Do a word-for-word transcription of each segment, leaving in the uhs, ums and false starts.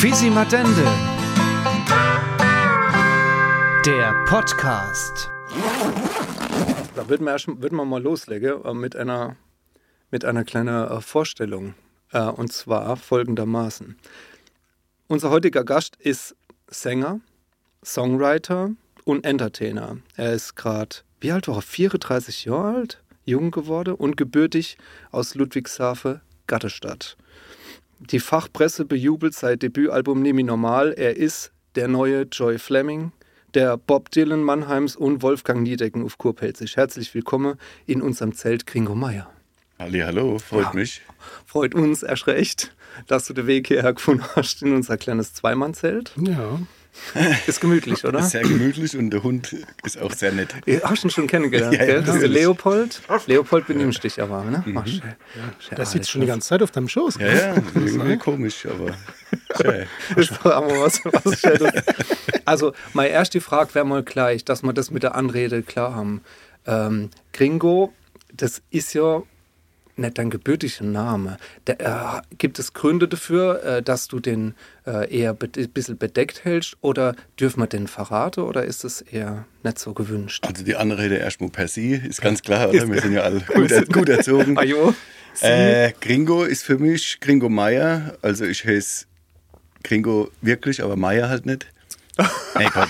Quisimadende, der Podcast. Da würden wir, erst, würden wir mal loslegen äh, mit, einer, mit einer kleinen äh, Vorstellung. Äh, und zwar folgendermaßen. Unser heutiger Gast ist Sänger, Songwriter und Entertainer. Er ist gerade, wie alt war er? vierunddreißig Jahre alt, jung geworden und gebürtig aus Ludwigshafen, Gattestadt. Die Fachpresse bejubelt sein Debütalbum Nemi Normal. Er ist der neue Joy Fleming, der Bob Dylan Mannheims und Wolfgang Niedecken auf Kurpelzig. Herzlich willkommen in unserem Zelt Gringo Meier. Halli, hallo, freut ja, mich. Freut uns erst recht, dass du den Weg hierher gefunden hast in unser kleines Zweimann-Zelt. Ja. Ist gemütlich, oder? Ist sehr gemütlich und der Hund ist auch sehr nett. Du hast ihn schon kennengelernt, ja, gell? Ja, das ist der Leopold. Leopold benimmst dich aber, ne? Mhm. Ach, schön. Ja. Der sitzt schon die ganze Zeit auf deinem Schoß. Ja, ja, irgendwie komisch, aber schön. Ist doch aber was, was Schönes. Also, meine erste Frage wäre mal gleich, dass wir das mit der Anrede klar haben. Ähm, Gringo, das ist ja nicht dein gebürtiger Name. Der, äh, gibt es Gründe dafür, äh, dass du den äh, eher ein be- bisschen bedeckt hältst, oder dürfen wir den verraten, oder ist es eher nicht so gewünscht? Also die Anrede erstmal per Sie, ist ganz klar, oder? Wir sind ja alle gut, er, gut erzogen. Ajo. Äh, Gringo ist für mich Gringo Meier, also ich heiße Gringo wirklich, aber Meier halt nicht. Nee, Quatsch.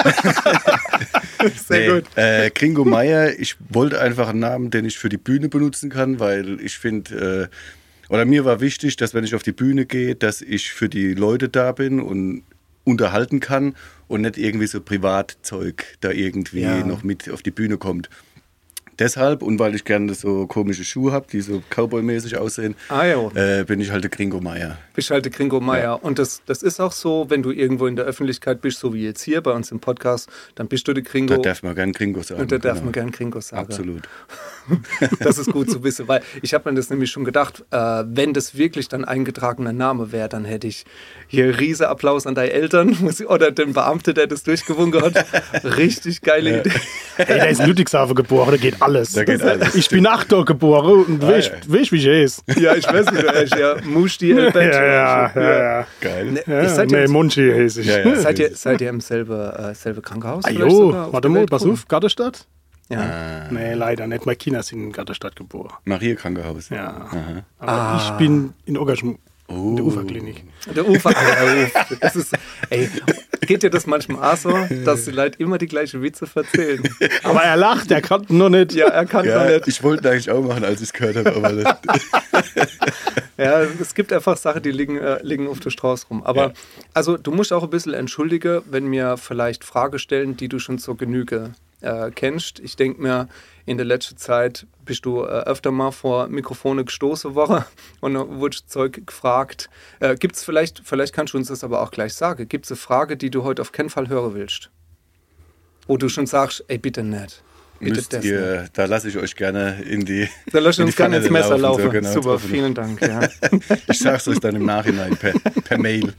Sehr nee, gut. Äh, Gringo Meier, ich wollte einfach einen Namen, den ich für die Bühne benutzen kann, weil ich finde, äh, oder mir war wichtig, dass wenn ich auf die Bühne gehe, dass ich für die Leute da bin und unterhalten kann und nicht irgendwie so Privatzeug da irgendwie Ja. noch mit auf die Bühne kommt. Deshalb, und weil ich gerne so komische Schuhe habe, die so Cowboy-mäßig aussehen, Ah, ja. äh, bin ich halt der Gringo Meier. Bist halt der Gringo Meier. Ja. Und das, das ist auch so, wenn du irgendwo in der Öffentlichkeit bist, so wie jetzt hier bei uns im Podcast, dann bist du der Gringo. Da darf man gern Gringo sagen. Und da darf genau. man gern Gringo sagen. Absolut. Das ist gut zu wissen, weil ich habe mir das nämlich schon gedacht, äh, wenn das wirklich dann eingetragener Name wäre, dann hätte ich hier riesen Applaus an deine Eltern oder den Beamten, der das durchgewunken hat. Richtig geile Ja. Idee. Hey, der ist in Ludwigshafen geboren, da geht alles. Da geht alles. Ich bin acht Jahre geboren und Ah, weißt ja. weißt, wie ich heiße. Ja, ich weiß nicht, du hast ja Musti El Ja, Bench. ja, ja, ja. Geil. Ne, ja. ich seid Nee, ihr, Munchi heiße ich. Ja, ja. seid ihr, seid ihr im selben, äh, selben Krankenhaus? Ah, vielleicht jo, sogar auf warte der mal, Welt pass gekommen? auf, Gattestadt? Ja. Nee, leider nicht. Meine Kinder sind in Gattestadt geboren. Maria Krankenhaus. Ja. Aha. Aber Ah. ich bin in Ogerschm, Oh. in der Uferklinik. Der Ufer, der Ufer. Das ist, ey, geht dir das manchmal auch so, dass die Leute immer die gleichen Witze erzählen? Aber er lacht, er kann noch nicht. Ja, er kann Ja, doch nicht. ich wollte eigentlich auch machen, als ich es gehört habe, aber das, Ja, es gibt einfach Sachen, die liegen, äh, liegen auf der Straße rum. Aber Ja. also du musst auch ein bisschen entschuldigen, wenn mir vielleicht Fragen stellen, die du schon zur Genüge äh, kennst. Ich denke mir, in der letzten Zeit bist du äh, öfter mal vor Mikrofone gestoßen worden und dann wurde Zeug gefragt. Äh, gibt es vielleicht, vielleicht kannst du uns das aber auch gleich sagen, gibt es eine Frage, die du heute auf keinen Fall hören willst? Wo du schon sagst, ey, bitte nicht. Bitte müsst das ihr, nicht. da lasse ich euch gerne in die. Da lass in uns die gerne ins Pfanne Messer laufen. so, genau, Super, drauf. vielen Dank. Ja. Ich sag's euch dann im Nachhinein per, per Mail.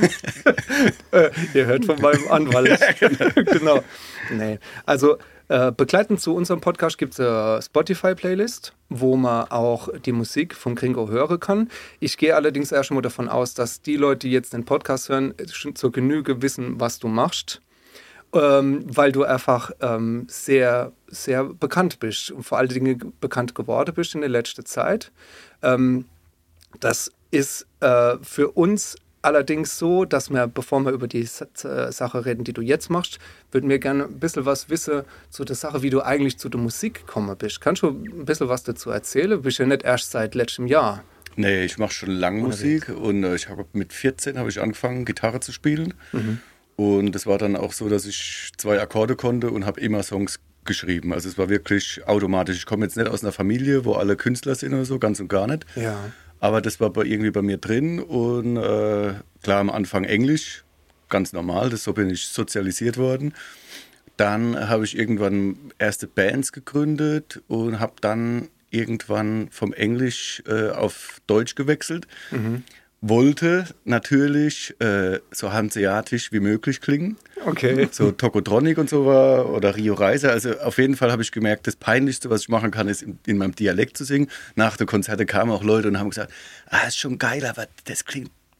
Äh, ihr hört von meinem Anwalt. Genau. Nee. Also äh, begleitend zu unserem Podcast gibt es eine Spotify-Playlist, wo man auch die Musik vom Gringo hören kann. Ich gehe allerdings erst schon mal davon aus, dass die Leute, die jetzt den Podcast hören, schon zur Genüge wissen, was du machst. Ähm, weil du einfach ähm, sehr, sehr bekannt bist und vor allen Dingen bekannt geworden bist in der letzten Zeit. Ähm, das ist äh, für uns allerdings so, dass wir, bevor wir über die äh, Sache reden, die du jetzt machst, würden wir gerne ein bisschen was wissen zu der Sache, wie du eigentlich zu der Musik gekommen bist. Kannst du ein bisschen was dazu erzählen? Du bist ja nicht erst seit letztem Jahr. Nee, ich mache schon lange Musik und äh, ich habe mit vierzehn habe ich angefangen, Gitarre zu spielen. Mhm. Und es war dann auch so, dass ich zwei Akkorde konnte und habe immer Songs geschrieben. Also es war wirklich automatisch. Ich komme jetzt nicht aus einer Familie, wo alle Künstler sind oder so, ganz und gar nicht. Ja. Aber das war bei, irgendwie bei mir drin und äh, klar am Anfang Englisch, ganz normal, das, so bin ich sozialisiert worden. Dann habe ich irgendwann erste Bands gegründet und habe dann irgendwann vom Englisch äh, auf Deutsch gewechselt. Mhm. Wollte natürlich äh, so hanseatisch wie möglich klingen. Okay. So Tokotronic und so war oder Rio Reiser. Also auf jeden Fall habe ich gemerkt, das Peinlichste, was ich machen kann, ist in, in meinem Dialekt zu singen. Nach den Konzerten kamen auch Leute und haben gesagt, ah, ist schon geil, aber das klingt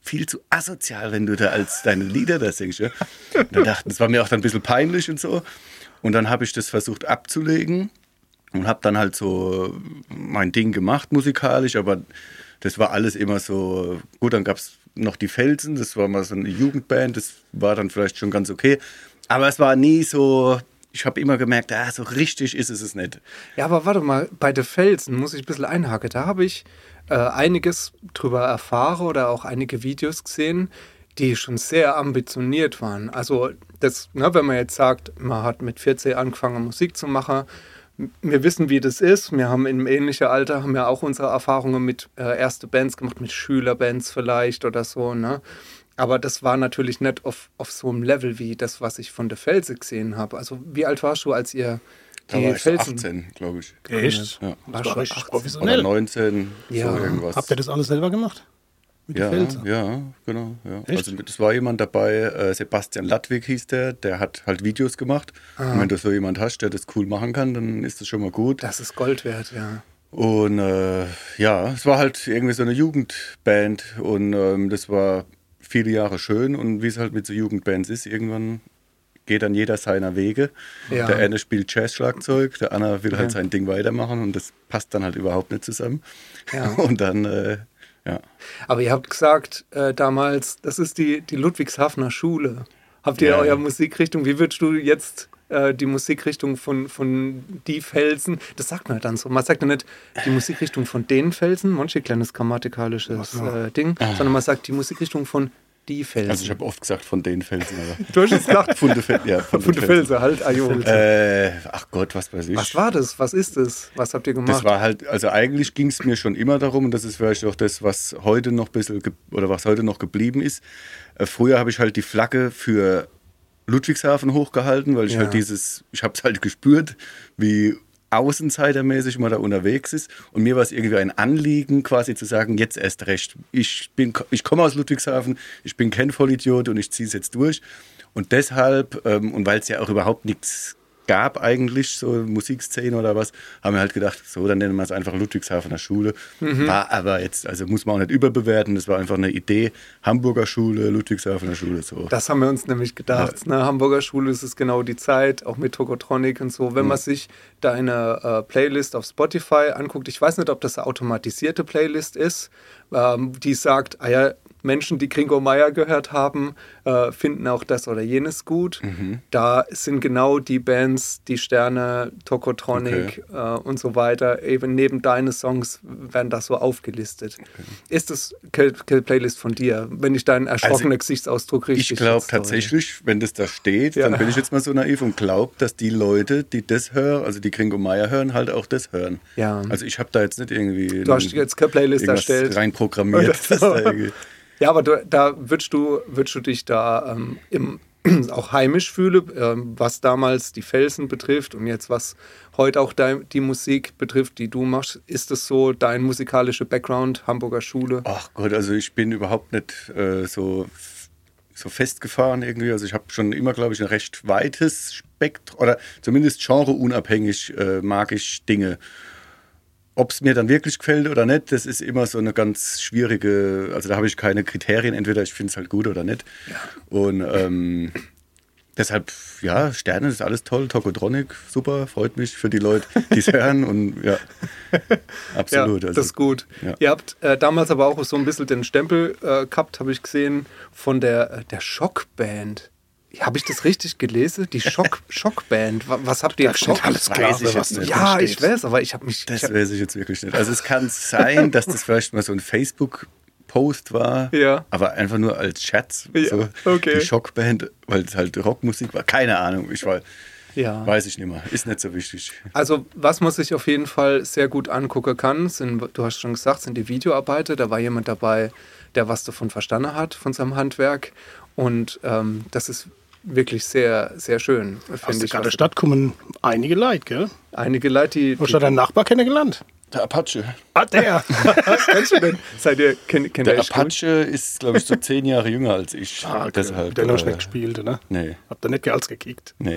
viel zu asozial, wenn du da als deine Lieder da singst. Ja? Und dann dachte, das war mir auch dann ein bisschen peinlich und so. Und dann habe ich das versucht abzulegen und habe dann halt so mein Ding gemacht musikalisch, aber das war alles immer so, gut, dann gab es noch die Felsen, das war mal so eine Jugendband, das war dann vielleicht schon ganz okay, aber es war nie so, ich habe immer gemerkt, ah, so richtig ist es es nicht. Ja, aber warte mal, bei den Felsen muss ich ein bisschen einhaken, da habe ich äh, einiges drüber erfahren oder auch einige Videos gesehen, die schon sehr ambitioniert waren. Also, das, ne, wenn man jetzt sagt, man hat mit vierzehn angefangen, Musik zu machen, wir wissen, wie das ist. Wir haben im ähnlichen Alter haben ja auch unsere Erfahrungen mit äh, erste Bands gemacht, mit Schülerbands vielleicht oder so, ne? Aber das war natürlich nicht auf, auf so einem Level wie das, was ich von der Felsen gesehen habe. Also, wie alt warst du, als ihr die Da war ich so Felsen... achtzehn, glaube ich. Echt? Ja. Das war richtig Oder professionell. neunzehn, Ja. so irgendwas. Habt ihr das alles selber gemacht? Mit Ja, den Felsen? ja, genau. Ja. Echt? Also es war jemand dabei, äh, Sebastian Ladwig hieß der, der hat halt Videos gemacht. Ah. Und wenn du so jemand hast, der das cool machen kann, dann ist das schon mal gut. Das ist Gold wert, ja. Und äh, ja, es war halt irgendwie so eine Jugendband und ähm, das war viele Jahre schön und wie es halt mit so Jugendbands ist, irgendwann geht dann jeder seiner Wege. Ja. Der eine spielt Jazz-Schlagzeug, der andere will halt Ja. sein Ding weitermachen und das passt dann halt überhaupt nicht zusammen. Ja. Und dann, äh, ja. Aber ihr habt gesagt äh, damals, das ist die, die Ludwigshafener Schule. Habt ihr Ja. eure Musikrichtung, wie würdest du jetzt äh, die Musikrichtung von, von die Felsen, das sagt man dann so, man sagt ja nicht die Musikrichtung von den Felsen, manche kleines grammatikalisches äh, Ding, sondern man sagt die Musikrichtung von die Felsen. Also ich habe oft gesagt von den Felsen, aber du hast es gesagt, von den Felsen, ja, von, von den Felsen halt. Ah, jo. Äh, ach Gott, was weiß ich. Was war das? Was ist das? Was habt ihr gemacht? Das war halt, also eigentlich ging es mir schon immer darum, und das ist vielleicht auch das, was heute noch ein bisschen, ge- oder was heute noch geblieben ist. Äh, früher habe ich halt die Flagge für Ludwigshafen hochgehalten, weil ich Ja. halt dieses, ich habe es halt gespürt, wie außenseitermäßig man da unterwegs ist. Und mir war es irgendwie ein Anliegen, quasi zu sagen, jetzt erst recht. Ich, bin, ich komme aus Ludwigshafen, ich bin kein Vollidiot und ich ziehe es jetzt durch. Und deshalb, ähm, und weil es ja auch überhaupt nichts gab eigentlich, so Musikszene oder was, haben wir halt gedacht, so, dann nennen wir es einfach Ludwigshafener Schule. Mhm. War aber jetzt, also muss man auch nicht überbewerten, das war einfach eine Idee. Hamburger Schule, Ludwigshafener Schule, so. Das haben wir uns nämlich gedacht. Ne? Hamburger Schule ist es genau die Zeit, auch mit Tokotronic und so. Wenn man sich deine äh, Playlist auf Spotify anguckt, ich weiß nicht, ob das eine automatisierte Playlist ist, ähm, die sagt, ah ja, Menschen, die Gringo Meier gehört haben, äh, finden auch das oder jenes gut. Mhm. Da sind genau die Bands, die Sterne, Tokotronic Okay. äh, und so weiter, eben neben deine Songs werden da so aufgelistet. Ist das keine Playlist von dir, wenn ich deinen erschrockenen Also, Gesichtsausdruck richtig Ich glaube jetzt deute? tatsächlich, wenn das da steht, Ja. dann bin ich jetzt mal so naiv und glaube, dass die Leute, die das hören, also die Gringo Meier hören, halt auch das hören. Ja. Also ich habe da jetzt nicht irgendwie Du hast jetzt keine Playlist irgendwas erstellt. reinprogrammiert. Oder dass so. da irgendwie- Ja, aber du, da würdest du, würdest du dich da ähm, im, auch heimisch fühlen, ähm, was damals die Felsen betrifft und jetzt was heute auch dein, die Musik betrifft, die du machst. Ist das so dein musikalischer Background, Hamburger Schule? Ach Gott, also ich bin überhaupt nicht äh, so, so festgefahren irgendwie. Also ich habe schon immer, glaube ich, ein recht weites Spektrum oder zumindest genreunabhängig äh, mag ich Dinge. Ob es mir dann wirklich gefällt oder nicht, das ist immer so eine ganz schwierige, also da habe ich keine Kriterien, entweder ich finde es halt gut oder nicht. Und ähm, deshalb, ja, Sterne ist alles toll, Tokotronic, super, freut mich für die Leute, die es hören und ja, absolut. Ja, also, das ist gut. ja. Ihr habt äh, damals aber auch so ein bisschen den Stempel äh, gehabt, habe ich gesehen, von der, äh, der Schockband. Habe ich das richtig gelesen? Die Schock, Schockband. Wa- Was habt ihr? Da steht alles weiß klar, ich was jetzt da nicht. Ja, steht. ich weiß, aber ich habe mich. Das ich hab, weiß ich jetzt wirklich nicht. Also es kann sein, dass das vielleicht mal so ein Facebook-Post war, Ja. aber einfach nur als Scherz. Ja, So, okay. Die Schockband, weil es halt Rockmusik war. Keine Ahnung, ich war, ja. weiß ich nicht mehr. Ist nicht so wichtig. Also, was man sich auf jeden Fall sehr gut angucken kann, sind, du hast schon gesagt, sind die Videoarbeiten. Da war jemand dabei, der was davon verstanden hat, von seinem Handwerk. Und ähm, das ist wirklich sehr, sehr schön, Aus finde der ich. ganzen was- Stadt kommen einige Leute, gell? Einige Leute, die. Wo hast du deinen Nachbar kennengelernt? Der Apache. Ah, der. Kennst du denn? Seid ihr, kennt, kennt Der ihr euch gut? Apache ist, glaube ich, so zehn Jahre jünger als ich. Ah, Deshalb, der noch äh, nicht gespielt, ne? Nee, Habt ihr nicht als gekickt? nee.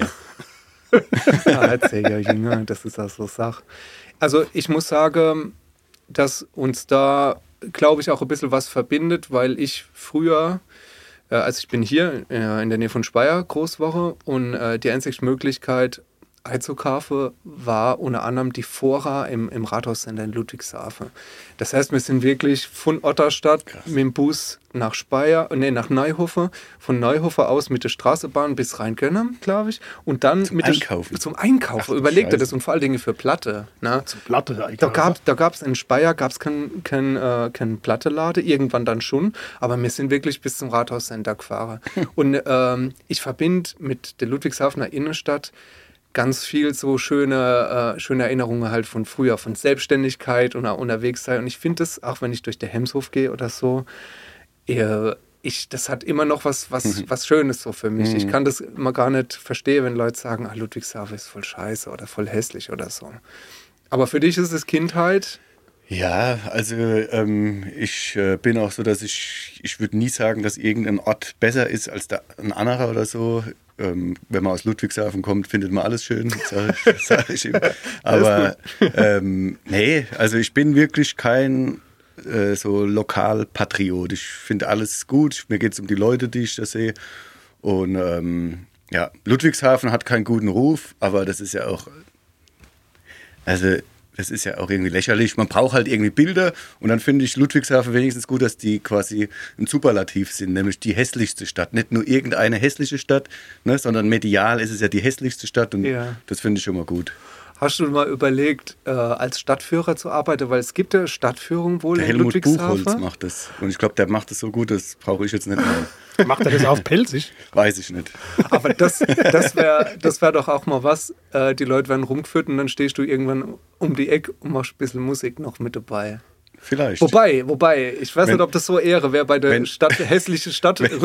Ja, erzähl ja jünger, das ist auch so Sache. Also ich muss sagen, dass uns da glaube ich, auch ein bisschen was verbindet, weil ich früher, äh, also ich bin hier äh, in der Nähe von Speyer, Großwoche, und äh, die einzige Möglichkeit einzukaufen war unter anderem die Fora im, im Rathaussender in Ludwigshafen. Das heißt, wir sind wirklich von Otterstadt Krass. mit dem Bus nach Speyer, nee, nach Neuhofer, von Neuhofer aus mit der Straßenbahn bis Rheingönnem, glaube ich, und dann zum mit Einkaufen. Der, zum Einkaufen. Ach, Überleg dir das, und vor allen Dingen für Platte. Ne? Zum Platte. Da gab da gab's in Speyer gab's kein, kein, äh, kein Plattelade, irgendwann dann schon, aber wir sind wirklich bis zum Rathaussender gefahren. Und ähm, ich verbinde mit der Ludwigshafener Innenstadt ganz viel so schöne, äh, schöne Erinnerungen halt von früher, von Selbstständigkeit und unterwegs sein. Und ich finde das, auch wenn ich durch den Hemshof gehe oder so, eher, ich, das hat immer noch was, was, was Schönes so für mich. Ich kann das immer gar nicht verstehen, wenn Leute sagen, ah, Ludwigshafen ist voll scheiße oder voll hässlich oder so. Aber für dich ist es Kindheit. Ja, also ähm, ich äh, bin auch so, dass ich, ich würde nie sagen, dass irgendein Ort besser ist als der, ein anderer oder so. Ähm, wenn man aus Ludwigshafen kommt, findet man alles schön, sage ich, sag ich ihm. Aber ähm, nee, also ich bin wirklich kein äh, so Lokalpatriot. Ich finde alles gut. Mir geht es um die Leute, die ich da sehe. Und ähm, ja, Ludwigshafen hat keinen guten Ruf, aber das ist ja auch, also das ist ja auch irgendwie lächerlich. Man braucht halt irgendwie Bilder, und dann finde ich Ludwigshafen wenigstens gut, dass die quasi ein Superlativ sind, nämlich die hässlichste Stadt. Nicht nur irgendeine hässliche Stadt, ne, sondern medial ist es ja die hässlichste Stadt, und ja. Das finde ich schon mal gut. Hast du mal überlegt, äh, als Stadtführer zu arbeiten? Weil es gibt ja Stadtführung wohl der in Helmut Ludwigshafen. Buchholz macht das. Und ich glaube, der macht das so gut, das brauche ich jetzt nicht mehr. Macht er das auf Pelzig? Weiß ich nicht. Aber das, das wäre das wär doch auch mal was. Äh, die Leute werden rumgeführt, und dann stehst du irgendwann um die Ecke und machst ein bisschen Musik noch mit dabei. Vielleicht. Wobei, wobei, ich weiß wenn, nicht, ob das so Ehre wäre bei der wenn, Stadt, hässliche Stadt. Wenn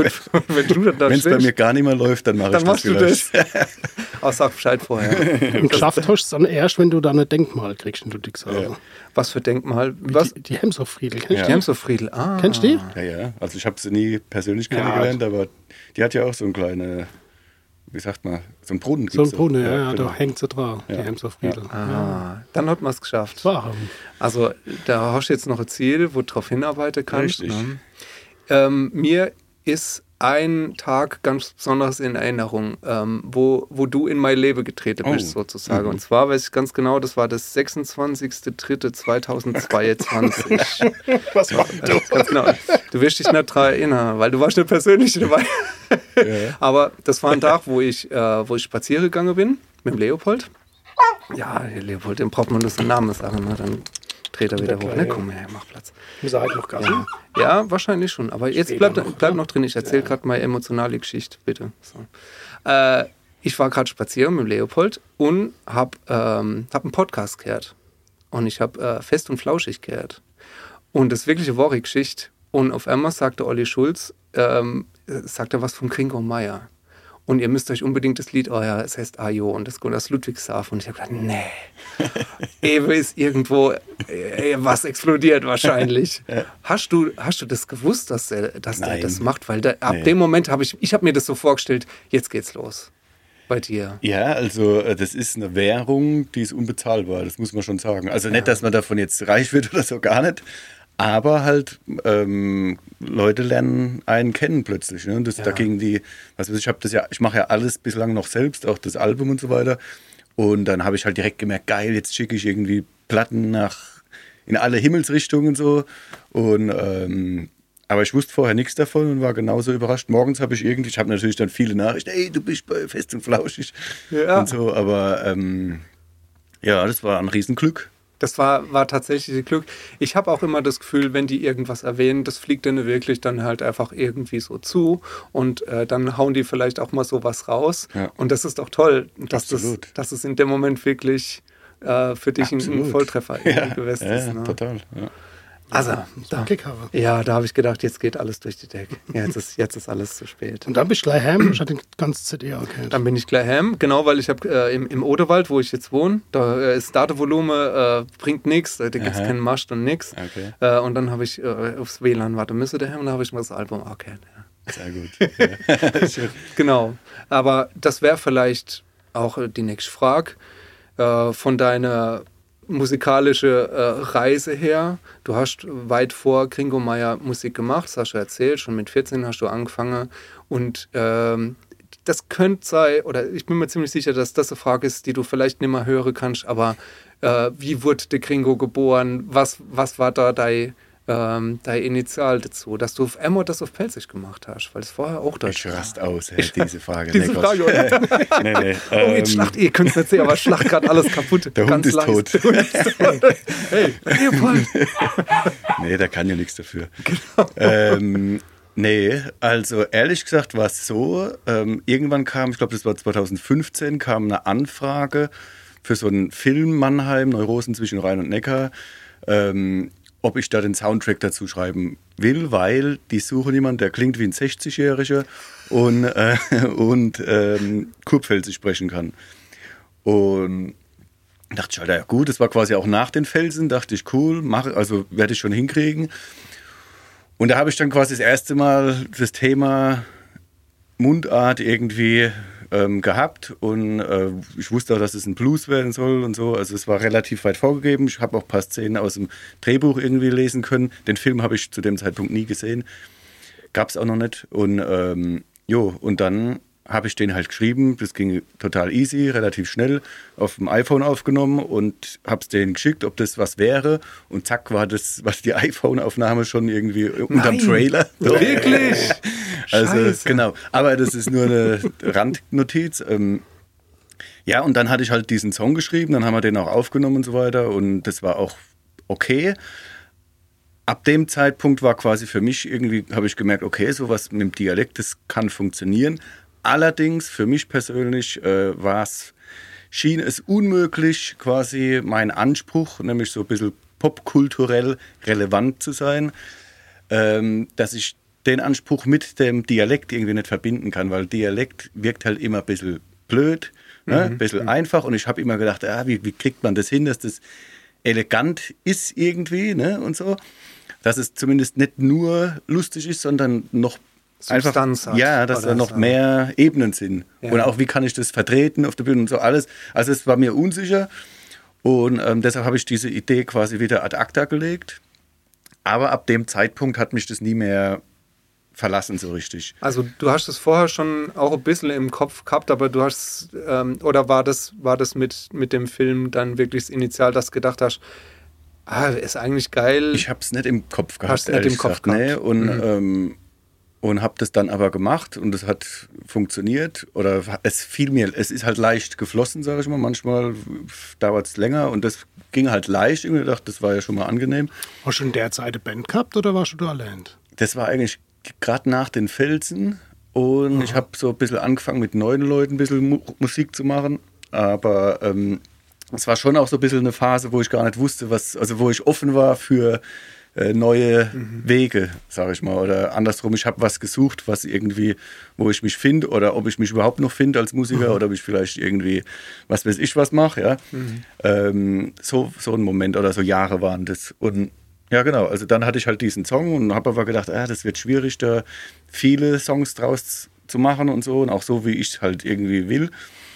es bei mir gar nicht mehr läuft, dann mache ich das vielleicht. Dann machst du das. Aber sag Bescheid vorher. Und geschafft hast du es dann erst, wenn du da ein Denkmal kriegst in Ludwigshafen. Ja. Was für Denkmal? Was? Die, die Hemshof-Friedel. Kennst ja. Die Hemshof-Friedel, ah. Kennst du die? Ja, ja. Also ich habe sie nie persönlich kennengelernt, ja. aber die hat ja auch so ein kleine, wie sagt man, so ein Brunnen. So ein Brunnen, ja, ja, genau. da hängt sie dran, ja. die Hemshof-Friedel. Ja. Ah, ja. Dann hat man es geschafft. Warum? Also da hast du jetzt noch ein Ziel, wo du darauf hinarbeiten kannst. Richtig. Ne? Ähm, mir ist ein Tag ganz besonders in Erinnerung, ähm, wo, wo du in mein Leben getreten bist, oh. sozusagen. Mhm. Und zwar weiß ich ganz genau, das war das sechsundzwanzigster dritter zweitausendzweiundzwanzig. Was machst du? Ganz genau. Du wirst dich nicht daran erinnern, weil du warst nicht persönlich dabei. Ja. Aber das war ein Tag, wo ich, äh, wo ich spazieren gegangen bin mit dem Leopold. Ja, der Leopold, dem braucht man das einen Namen sagen, ne? Dann dreht er wieder hoch. Ne, komm her, mach Platz. Muss er halt noch Gas? Ja. ja, wahrscheinlich schon. Aber jetzt bleib noch, bleib noch drin. Ich erzähle ja. gerade meine emotionale Geschichte, bitte. So. Äh, ich war gerade spazieren mit Leopold und habe ähm, hab einen Podcast gehört. Und ich habe äh, Fest und Flauschig gehört. Und das ist wirklich eine wahre Geschichte. Und auf einmal sagte Olli Schulz, ähm, sagt er was von Gringo Meier. Und ihr müsst euch unbedingt das Lied, oh ja, es heißt Ajo und das kommt aus Ludwigshafen. Und ich habe gedacht, nee, Ewe ist irgendwo, äh, was explodiert wahrscheinlich. Ja. Hast du, hast du das gewusst, dass er, dass der das macht? Weil da, ab nee. dem Moment habe ich, ich habe mir das so vorgestellt, jetzt geht's los bei dir. Ja, also das ist eine Währung, die ist unbezahlbar, das muss man schon sagen. Also ja. nicht, dass man davon jetzt reich wird oder so, gar nicht. Aber halt, ähm, Leute lernen einen kennen plötzlich. Ne? Das, ja. Dagegen die, was weiß ich, hab das ja, ich mache ja alles bislang noch selbst, auch das Album und so weiter. Und dann habe ich halt direkt gemerkt, geil, jetzt schicke ich irgendwie Platten nach in alle Himmelsrichtungen so. Und ähm, aber ich wusste vorher nichts davon und war genauso überrascht. Morgens habe ich irgendwie, ich habe natürlich dann viele Nachrichten, ey, du bist bei Fest und Flauschig ja. und so. Aber ähm, ja, das war ein Riesenglück. Das war, war tatsächlich ein Glück. Ich habe auch immer das Gefühl, wenn die irgendwas erwähnen, das fliegt denen wirklich dann halt einfach irgendwie so zu und äh, dann hauen die vielleicht auch mal sowas raus. Ja. Und das ist doch toll, dass, das, dass es in dem Moment wirklich äh, für dich ein, ein Volltreffer ja. gewesen ja, ist. Ne? Total, ja. Also, da, ja, da habe ich gedacht, jetzt geht alles durch die Decke. Jetzt ist, jetzt ist alles zu spät. Und dann bist du gleich heim, ich hatte den ganzen C D angehört. Dann bin ich gleich heim, genau, weil ich habe äh, im, im Oderwald, wo ich jetzt wohne, da äh, ist Datenvolumen, äh, bringt nichts, da gibt es keinen Mast und nichts. Okay. Äh, und dann habe ich äh, aufs W L A N warten müssen daheim und dann habe ich mir das Album angehört. Ja. Sehr gut. Ja. Genau, aber das wäre vielleicht auch die nächste Frage äh, von deiner musikalische äh, Reise her. Du hast weit vor Gringo Meier Musik gemacht, das hast du erzählt, schon mit vierzehn hast du angefangen und ähm, das könnte sein, oder ich bin mir ziemlich sicher, dass das eine Frage ist, die du vielleicht nicht mehr hören kannst, aber äh, wie wurde der Gringo geboren? Was, was war da dein, ähm, dein Initial dazu, dass du auf einmal das auf Pelzig gemacht hast? Weil es vorher auch da Ich rast aus, hey, ich, diese Frage. Diese nee, Frage, oder? nee, nee. Oh, jetzt schlacht, ihr könnt es nicht sehen, aber schlacht gerade alles kaputt. Der Hund ist leise. tot. Der Hund ist tot. Hey, Leopold. Nee, der kann ja nichts dafür. Genau. Ähm, nee, also ehrlich gesagt war es so, ähm, irgendwann kam, ich glaube das war zwanzig fünfzehn, kam eine Anfrage für so einen Film Mannheim, Neurosen zwischen Rhein und Neckar, ähm, ob ich da den Soundtrack dazu schreiben will, weil die suchen jemanden, der klingt wie ein sechzigjähriger und, äh, und ähm, Kurpfälzisch sprechen kann. Und dachte ich, ja gut, das war quasi auch nach den Felsen, dachte ich, cool, mache, also werde ich schon hinkriegen. Und da habe ich dann quasi das erste Mal das Thema Mundart irgendwie ähm, gehabt und äh, ich wusste auch, dass es ein Blues werden soll und so. Also es war relativ weit vorgegeben. Ich habe auch ein paar Szenen aus dem Drehbuch irgendwie lesen können. Den Film habe ich zu dem Zeitpunkt nie gesehen. Gab es auch noch nicht. Und ähm, jo, und dann habe ich den halt geschrieben. Das ging total easy, relativ schnell auf dem iPhone aufgenommen und habe es denen geschickt, ob das was wäre. Und zack, war das, was die iPhone-Aufnahme schon irgendwie unterm Nein, Trailer. Wirklich? Also Scheiße. genau, aber das ist nur eine Randnotiz. Ähm, ja, und dann hatte ich halt diesen Song geschrieben, dann haben wir den auch aufgenommen und so weiter und das war auch okay. Ab dem Zeitpunkt war quasi für mich irgendwie, habe ich gemerkt, okay, sowas mit dem Dialekt, das kann funktionieren. Allerdings für mich persönlich äh, war es, schien es unmöglich, quasi mein Anspruch, nämlich so ein bisschen popkulturell relevant zu sein, ähm, dass ich den Anspruch mit dem Dialekt irgendwie nicht verbinden kann, weil Dialekt wirkt halt immer ein bisschen blöd, ne? Ein bisschen mhm. einfach und ich habe immer gedacht, ah, wie, wie kriegt man das hin, dass das elegant ist irgendwie, ne? Und so, dass es zumindest nicht nur lustig ist, sondern noch Substanz einfach, hat. ja, dass da noch so. mehr Ebenen sind. Ja. Und auch, wie kann ich das vertreten auf der Bühne und so alles. Also es war mir unsicher und ähm, deshalb habe ich diese Idee quasi wieder ad acta gelegt. Aber ab dem Zeitpunkt hat mich das nie mehr verlassen so richtig. Also du hast es vorher schon auch ein bisschen im Kopf gehabt, aber du hast, ähm, oder war das, war das mit, mit dem Film dann wirklich das Initial, dass du gedacht hast, ah, ist eigentlich geil. Ich habe es nicht im Kopf gehabt, Hast nicht im Kopf gesagt, nee, gehabt. und Mhm. ähm, und habe das dann aber gemacht und es hat funktioniert oder es fiel mir, es ist halt leicht geflossen, sage ich mal, manchmal dauert es länger und das ging halt leicht, ich dachte, das war ja schon mal angenehm. Hast du in der Zeit eine Band gehabt oder warst du da allein? Das war eigentlich gerade nach den Felsen und Aha. ich habe so ein bisschen angefangen mit neuen Leuten ein bisschen Mu- Musik zu machen, aber ähm, es war schon auch so ein bisschen eine Phase, wo ich gar nicht wusste, was, also wo ich offen war für äh, neue mhm. Wege, sage ich mal, oder andersrum, ich habe was gesucht, was irgendwie, wo ich mich finde oder ob ich mich überhaupt noch finde als Musiker mhm. oder ob ich vielleicht irgendwie, was weiß ich, was mache, ja. Mhm. Ähm, so, so ein Moment oder so Jahre waren das und ja, genau. Also dann hatte ich halt diesen Song und habe aber gedacht, ah, das wird schwierig, da viele Songs draus zu machen und so und auch so, wie ich es halt irgendwie will.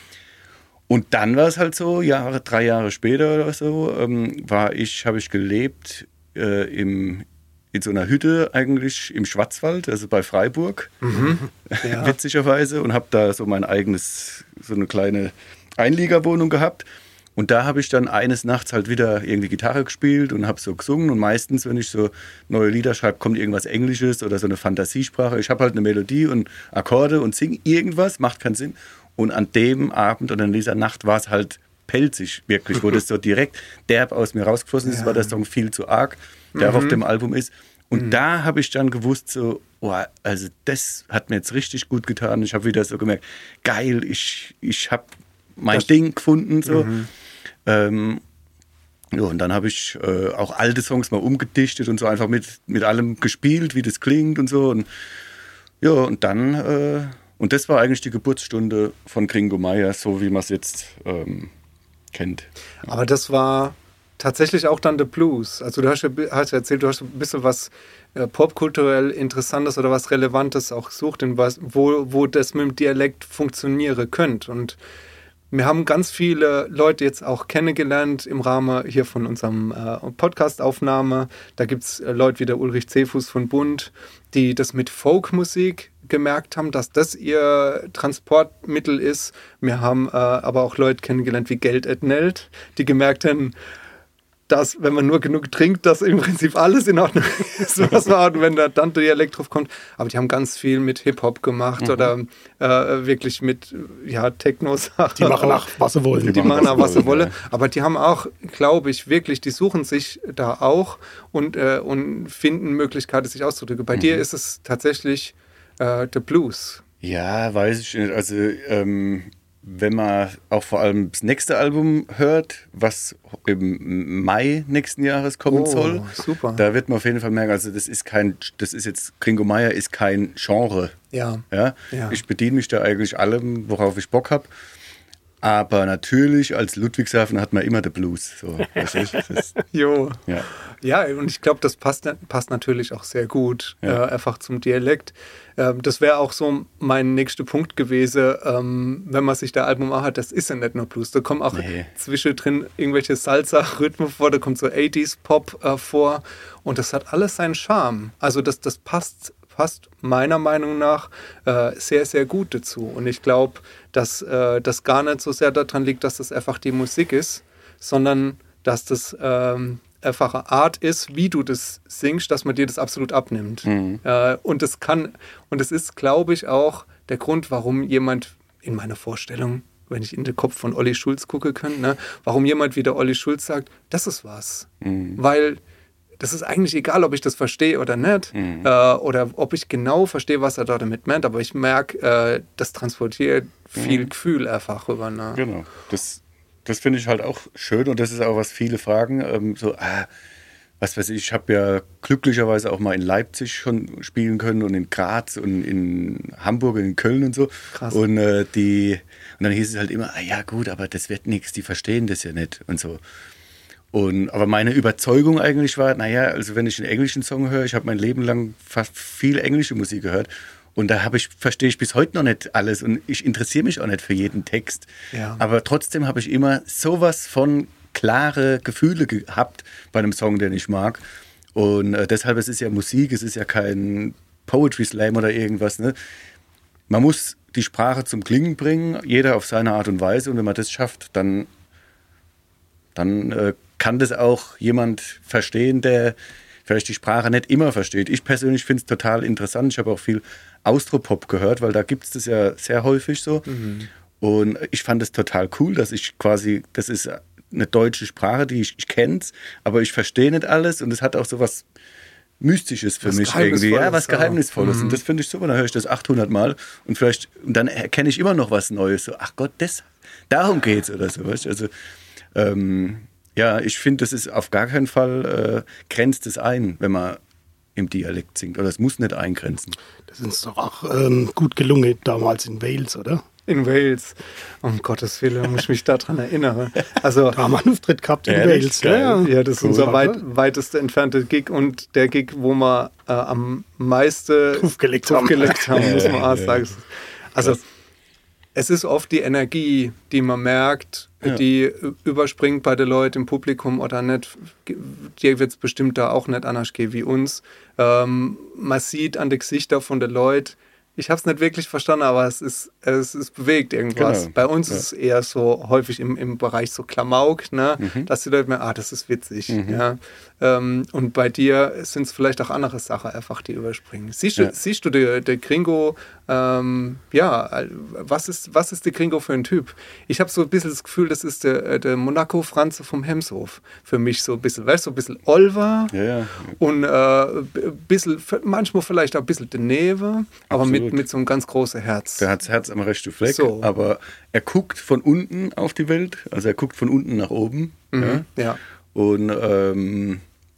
Und dann war es halt so, Jahre, drei Jahre später oder so, ähm, war ich, habe ich gelebt äh, im, in so einer Hütte eigentlich im Schwarzwald, also bei Freiburg, mhm. ja. witzigerweise, und habe da so mein eigenes, so eine kleine Einliegerwohnung gehabt. Und da habe ich dann eines Nachts halt wieder irgendwie Gitarre gespielt und habe so gesungen. Und meistens, wenn ich so neue Lieder schreibe, kommt irgendwas Englisches oder so eine Fantasiesprache. Ich habe halt eine Melodie und Akkorde und singe irgendwas, macht keinen Sinn. Und an dem Abend oder in dieser Nacht war es halt pelzig, wirklich, wo das so direkt derb aus mir rausgeflossen ist. Ja. War der Song viel zu arg, der mhm. auch auf dem Album ist. Und mhm. da habe ich dann gewusst, so, oh, also das hat mir jetzt richtig gut getan. Ich habe wieder so gemerkt, geil, ich, ich habe mein das Ding gefunden, so. Mhm. Ähm, ja, und dann habe ich äh, auch alte Songs mal umgedichtet und so einfach mit, mit allem gespielt, wie das klingt und so. Und ja, und dann, äh, und das war eigentlich die Geburtsstunde von Gringo Meier, so wie man es jetzt ähm, kennt. Ja. Aber das war tatsächlich auch dann der Blues. Also du hast ja hast erzählt, du hast ein bisschen was äh, popkulturell Interessantes oder was Relevantes auch gesucht, in was, wo, wo das mit dem Dialekt funktionieren könnte. Und wir haben ganz viele Leute jetzt auch kennengelernt im Rahmen hier von unserem äh, Podcast-Aufnahme. Da gibt es äh, Leute wie der Ulrich Zefus von Bund, die das mit Folkmusik gemerkt haben, dass das ihr Transportmittel ist. Wir haben äh, aber auch Leute kennengelernt wie Geld et Nelt, die gemerkt haben, dass, wenn man nur genug trinkt, dass im Prinzip alles in Ordnung ist, was man hat, wenn da dann der Dialekt drauf kommt. Aber die haben ganz viel mit Hip-Hop gemacht mhm. oder äh, wirklich mit ja, Techno-Sachen. Die machen nach, was sie wollen. Die, die machen nach, was sie wollen. Aber die haben auch, glaube ich, wirklich, die suchen sich da auch und, äh, und finden Möglichkeiten, sich auszudrücken. Bei mhm. dir ist es tatsächlich äh, der Blues. Ja, weiß ich nicht. Also, ähm wenn man auch vor allem das nächste Album hört, was im Mai nächsten Jahres kommen oh, soll, super. Da wird man auf jeden Fall merken, also das ist kein, das ist jetzt, Gringo Meier ist kein Genre. Ja. Ja? Ja. Ich bediene mich da eigentlich allem, worauf ich Bock habe. Aber natürlich, als Ludwigshafen hat man immer den Blues. So, weißt du, das, jo. Ja. Ja, und ich glaube, das passt, passt natürlich auch sehr gut, Ja. äh, einfach zum Dialekt. Ähm, das wäre auch so mein nächster Punkt gewesen, ähm, wenn man sich der Album anhört, das ist ja nicht nur Blues. Da kommen auch Nee. zwischendrin irgendwelche Salsa-Rhythmen vor, da kommt so achtziger-Pop äh, vor und das hat alles seinen Charme. Also das, das passt passt meiner Meinung nach äh, sehr, sehr gut dazu. Und ich glaube, dass äh, das gar nicht so sehr daran liegt, dass das einfach die Musik ist, sondern dass das ähm, einfach eine Art ist, wie du das singst, dass man dir das absolut abnimmt. Mhm. Äh, und das kann, und das ist, glaube ich, auch der Grund, warum jemand in meiner Vorstellung, wenn ich in den Kopf von Olli Schulz gucke könnte, ne, warum jemand wie der Olli Schulz sagt, das ist was. Mhm. Weil das ist eigentlich egal, ob ich das verstehe oder nicht, Mhm. äh, oder ob ich genau verstehe, was er da damit meint, aber ich merke, äh, das transportiert viel Mhm. Gefühl einfach rüber. Ne? Genau, das, das finde ich halt auch schön und das ist auch, was viele fragen, ähm, so, ah, was weiß ich, ich habe ja glücklicherweise auch mal in Leipzig schon spielen können und in Graz und in Hamburg und in Köln und so. Krass. Und, äh, die, und dann hieß es halt immer, ah, ja gut, aber das wird nichts, die verstehen das ja nicht und so. Und, aber meine Überzeugung eigentlich war, naja, also wenn ich einen englischen Song höre, ich habe mein Leben lang fast viel englische Musik gehört und da habe ich, verstehe ich bis heute noch nicht alles und ich interessiere mich auch nicht für jeden Text. Ja. Aber trotzdem habe ich immer sowas von klare Gefühle gehabt bei einem Song, den ich mag. Und äh, deshalb, es ist ja Musik, es ist ja kein Poetry Slam oder irgendwas. Ne? Man muss die Sprache zum Klingen bringen, jeder auf seine Art und Weise. Und wenn man das schafft, dann, dann äh, kann das auch jemand verstehen, der vielleicht die Sprache nicht immer versteht. Ich persönlich finde es total interessant. Ich habe auch viel Austropop gehört, weil da gibt es das ja sehr häufig so. Mhm. Und ich fand es total cool, dass ich quasi, das ist eine deutsche Sprache, die ich, ich kenne, aber ich verstehe nicht alles und es hat auch so was Mystisches für Was mich irgendwie. Ja, was ja. Geheimnisvolles. Mhm. Und das finde ich super, dann höre ich das achthundert Mal und vielleicht, und dann erkenne ich immer noch was Neues. So, ach Gott, das, darum geht's oder so. Weißt? Also, ähm, ja, ich finde, das ist auf gar keinen Fall, äh, grenzt es ein, wenn man im Dialekt singt. Oder es muss nicht eingrenzen. Das ist uns doch auch ähm, gut gelungen damals in Wales, oder? In Wales. Um Gottes Willen, muss ich mich daran erinnern. Also, Da haben wir einen Auftritt gehabt in Ehrlich? Wales. Geil. Ja, ja, das ist Cool. unser weit, weiteste entfernte Gig und der Gig, wo wir äh, am meisten Draufgelegt haben. draufgelegt haben, muss man auch Ja, sagen. Also, Krass. es ist oft die Energie, die man merkt, Ja. die überspringt bei den Leuten im Publikum oder nicht. Dir wird es bestimmt da auch nicht anders gehen wie uns. Ähm, man sieht an den Gesichtern von den Leuten, ich habe es nicht wirklich verstanden, aber es ist, es ist bewegt irgendwas. Genau. Bei uns Ja. ist es eher so häufig im, im Bereich so Klamauk, ne? Mhm. dass die Leute merken, ah, das ist witzig. Mhm. Ja? Ähm, und bei dir sind es vielleicht auch andere Sachen einfach, die überspringen. Siehst du, Ja. siehst du der, der Gringo, ähm, ja, was ist, was ist der Gringo für ein Typ? Ich habe so ein bisschen das Gefühl, das ist der, der Monaco-Franze vom Hemshof. Für mich so ein bisschen, weißt du, so ein bisschen Olver Ja, ja. und äh, ein bisschen, manchmal vielleicht auch ein bisschen Deneve, aber mit, Absolut. mit so einem ganz großen Herz. Der hat das Herz am rechten Fleck, So. aber er guckt von unten auf die Welt, also er guckt von unten nach oben. Mhm. Ja? Ja. Und ähm,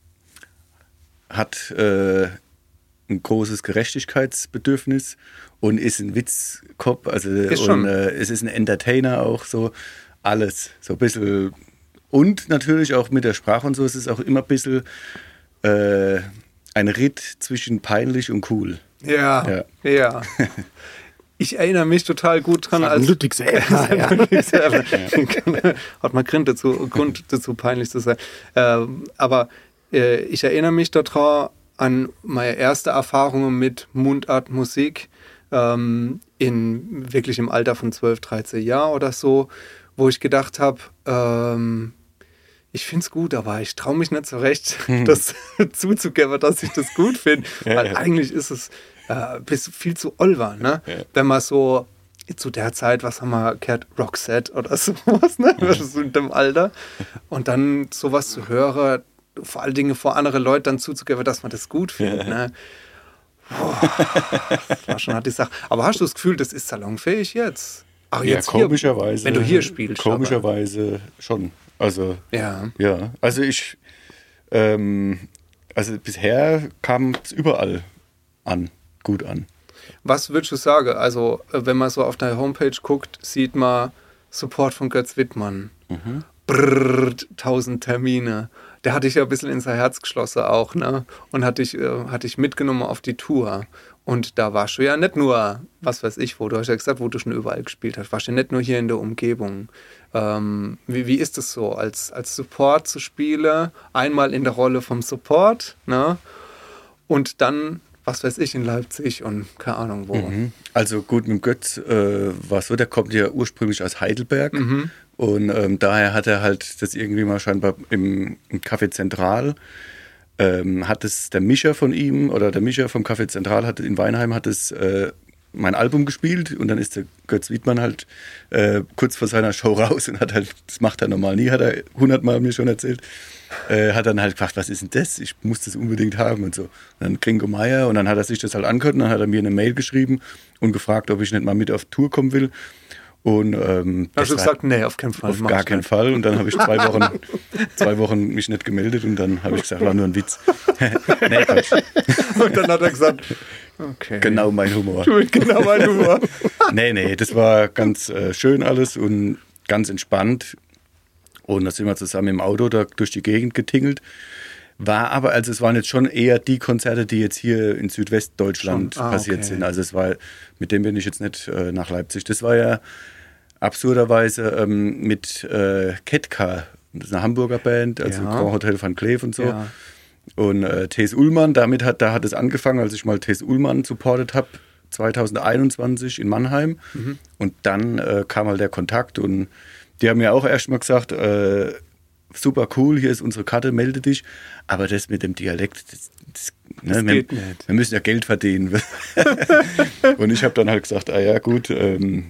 hat äh, ein großes Gerechtigkeitsbedürfnis und ist ein Witzkopf, also Ist schon. und, äh, es ist ein Entertainer auch so, alles, so ein bisschen und natürlich auch mit der Sprache und so, es ist auch immer ein bisschen äh, ein Ritt zwischen peinlich und cool. Ja, Ja. ja. ich erinnere mich total gut dran, als Ludwigshäfen. Ja. Hat man Grund dazu, Grund dazu peinlich zu sein. Ähm, aber äh, ich erinnere mich daran an meine erste Erfahrungen mit Mundartmusik ähm, in wirklich im Alter von zwölf, dreizehn Jahren oder so, wo ich gedacht habe, ähm, ich finde es gut, aber ich traue mich nicht so recht, das zuzugeben, dass ich das gut finde. Ja, Weil ja. eigentlich ist es äh, bis viel zu olver, ne? Ja. Wenn man so zu der Zeit, was haben wir gehört, Roxette oder sowas, ne? Das ist in dem Alter. Und dann sowas zu hören, vor allen Dingen vor anderen Leuten dann zuzugeben, dass man das gut findet, Ja. ne? Boah, das war schon hart die Sache. Aber hast du das Gefühl, das ist salonfähig jetzt? Ach, Ja, jetzt hier, komischerweise. wenn du hier spielst. Komischerweise schon. Also, Aber, ja. ja. Also ich, ähm, also bisher kam es überall an, gut an. Was würdest du sagen? Also, äh, wenn man so auf deine Homepage guckt, sieht man Support von Götz Wittmann. Mhm. Brrr, tausend Termine. Der hat dich ja ein bisschen in sein Herz geschlossen auch, ne? Und hat dich, äh, hat dich mitgenommen auf die Tour. Und da warst du ja nicht nur, was weiß ich, wo du hast ja gesagt, wo du schon überall gespielt hast, warst du nicht nur hier in der Umgebung. Ähm, wie, wie ist es so, als, als Support zu spielen, einmal in der Rolle vom Support, ne? Und dann, was weiß ich, in Leipzig und keine Ahnung wo. Mhm. Also gut, mit dem Götz äh, war es so, der kommt ja ursprünglich aus Heidelberg. Mhm. Und ähm, daher hat er halt das irgendwie mal scheinbar im, im Café Zentral, ähm, hat es der Mischer von ihm oder der Mischer vom Café Zentral hat in Weinheim hat es äh, mein Album gespielt und dann ist der Götz Wittmann halt äh, kurz vor seiner Show raus und hat halt, das macht er normal nie, hat er hundertmal mir schon erzählt, äh, hat dann halt gefragt, was ist denn das? Ich muss das unbedingt haben und so. Und dann Kringo Meier und dann hat er sich das halt angehört und dann hat er mir eine Mail geschrieben und gefragt, ob ich nicht mal mit auf Tour kommen will. Und ähm, Hast du das gesagt, nee, auf keinen Fall. auf mach gar ich keinen nicht. Fall. Und dann habe ich zwei Wochen, zwei Wochen mich nicht gemeldet und dann habe ich gesagt, war nur ein Witz. Nee, Quatsch. Und dann hat er gesagt, okay. Genau mein Humor. Genau mein Humor. Nee, nee, das war ganz äh, schön alles und ganz entspannt. Und da sind wir zusammen im Auto da durch die Gegend getingelt. War aber, also es waren jetzt schon eher die Konzerte, die jetzt hier in Südwestdeutschland Ah, passiert okay. sind. Also es war, mit dem bin ich jetzt nicht äh, nach Leipzig. Das war ja absurderweise ähm, mit äh, Ketka, das ist eine Hamburger Band, also Ja. Grand Hotel van Cleef und so. Ja. Und äh, T S Ullmann, damit hat, da hat es angefangen, als ich mal T S Ullmann supportet habe, zwanzig einundzwanzig in Mannheim. Mhm. Und dann äh, kam halt der Kontakt und die haben mir auch erst mal gesagt, äh, super cool, hier ist unsere Karte, melde dich. Aber das mit dem Dialekt, das, das, ne, Das wir, geht nicht. wir müssen ja Geld verdienen. Und ich habe dann halt gesagt, ah ja gut, ähm,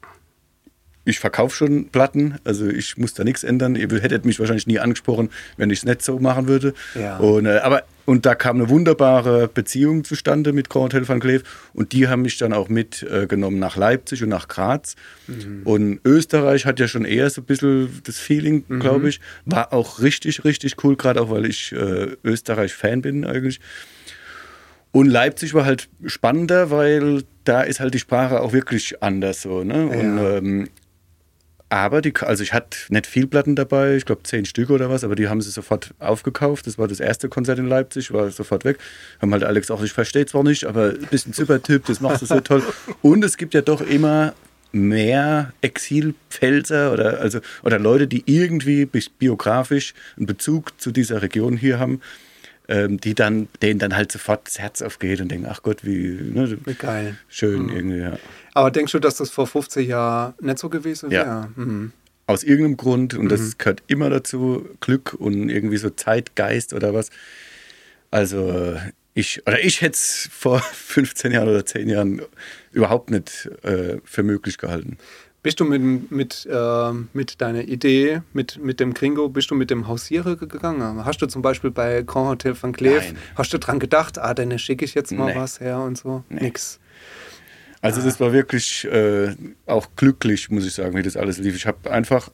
ich verkaufe schon Platten, also ich muss da nichts ändern. Ihr hättet mich wahrscheinlich nie angesprochen, wenn ich es nicht so machen würde. Ja. Und, äh, aber, und da kam eine wunderbare Beziehung zustande mit Grand Hotel van Cleef und die haben mich dann auch mitgenommen äh, nach Leipzig und nach Graz. Mhm. Und Österreich hat ja schon eher so ein bisschen das Feeling, mhm. glaube ich. War auch richtig, richtig cool, gerade auch, weil ich äh, Österreich-Fan bin eigentlich. Und Leipzig war halt spannender, weil da ist halt die Sprache auch wirklich anders so. Ne? Ja. Und, ähm, aber die, also ich hatte nicht viel Platten dabei, ich glaube zehn Stück oder was, aber die haben sie sofort aufgekauft. Das war das erste Konzert in Leipzig, war sofort weg. Haben halt alle gesagt, ich verstehe zwar nicht, aber du bist ein super Typ, das machst du so toll. Und es gibt ja doch immer mehr Exilpfälzer oder, also, oder Leute, die irgendwie biografisch einen Bezug zu dieser Region hier haben, ähm, die dann, denen dann halt sofort das Herz aufgeht und denken, ach Gott, wie, ne, Wie geil. schön Mhm. irgendwie, ja. Aber denkst du, dass das vor fünfzehn Jahren nicht so gewesen wäre? Ja. Mhm. Aus irgendeinem Grund, und Mhm. das gehört immer dazu, Glück und irgendwie so Zeitgeist oder was. Also ich, oder ich hätte es vor fünfzehn Jahren oder zehn Jahren überhaupt nicht äh, für möglich gehalten. Bist du mit, mit, äh, mit deiner Idee, mit, mit dem Gringo, bist du mit dem Hausierer gegangen? Hast du zum Beispiel bei Grand Hotel van Cleef, Nein. hast du dran gedacht, ah, dann schicke ich jetzt mal Nee. was her und so? Nee. Nix. Also das war wirklich äh, auch glücklich, muss ich sagen, wie das alles lief. Ich habe einfach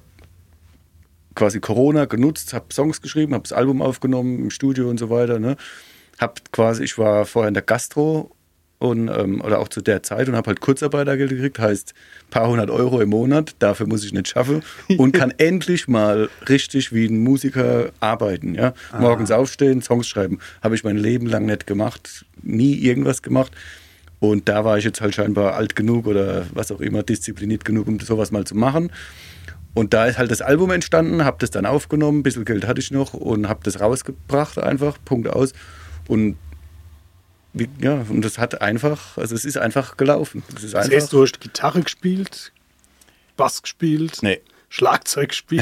quasi Corona genutzt, habe Songs geschrieben, habe das Album aufgenommen im Studio und so weiter. Ne? Hab quasi, ich war vorher in der Gastro und ähm, oder auch zu der Zeit und habe halt Kurzarbeitergeld gekriegt, heißt ein paar hundert Euro im Monat. Dafür muss ich nicht schaffen und kann endlich mal richtig wie ein Musiker arbeiten. Ja? Morgens aufstehen, Songs schreiben, habe ich mein Leben lang nicht gemacht, nie irgendwas gemacht. Und da war ich jetzt halt scheinbar alt genug oder was auch immer, diszipliniert genug, um sowas mal zu machen. Und da ist halt das Album entstanden, habe das dann aufgenommen, ein bisschen Geld hatte ich noch und habe das rausgebracht einfach, Punkt aus. Und wie, ja, und das hat einfach, also es ist einfach gelaufen. Es ist Das einfach, heißt, du hast Gitarre gespielt, Bass gespielt, nee. Schlagzeug gespielt.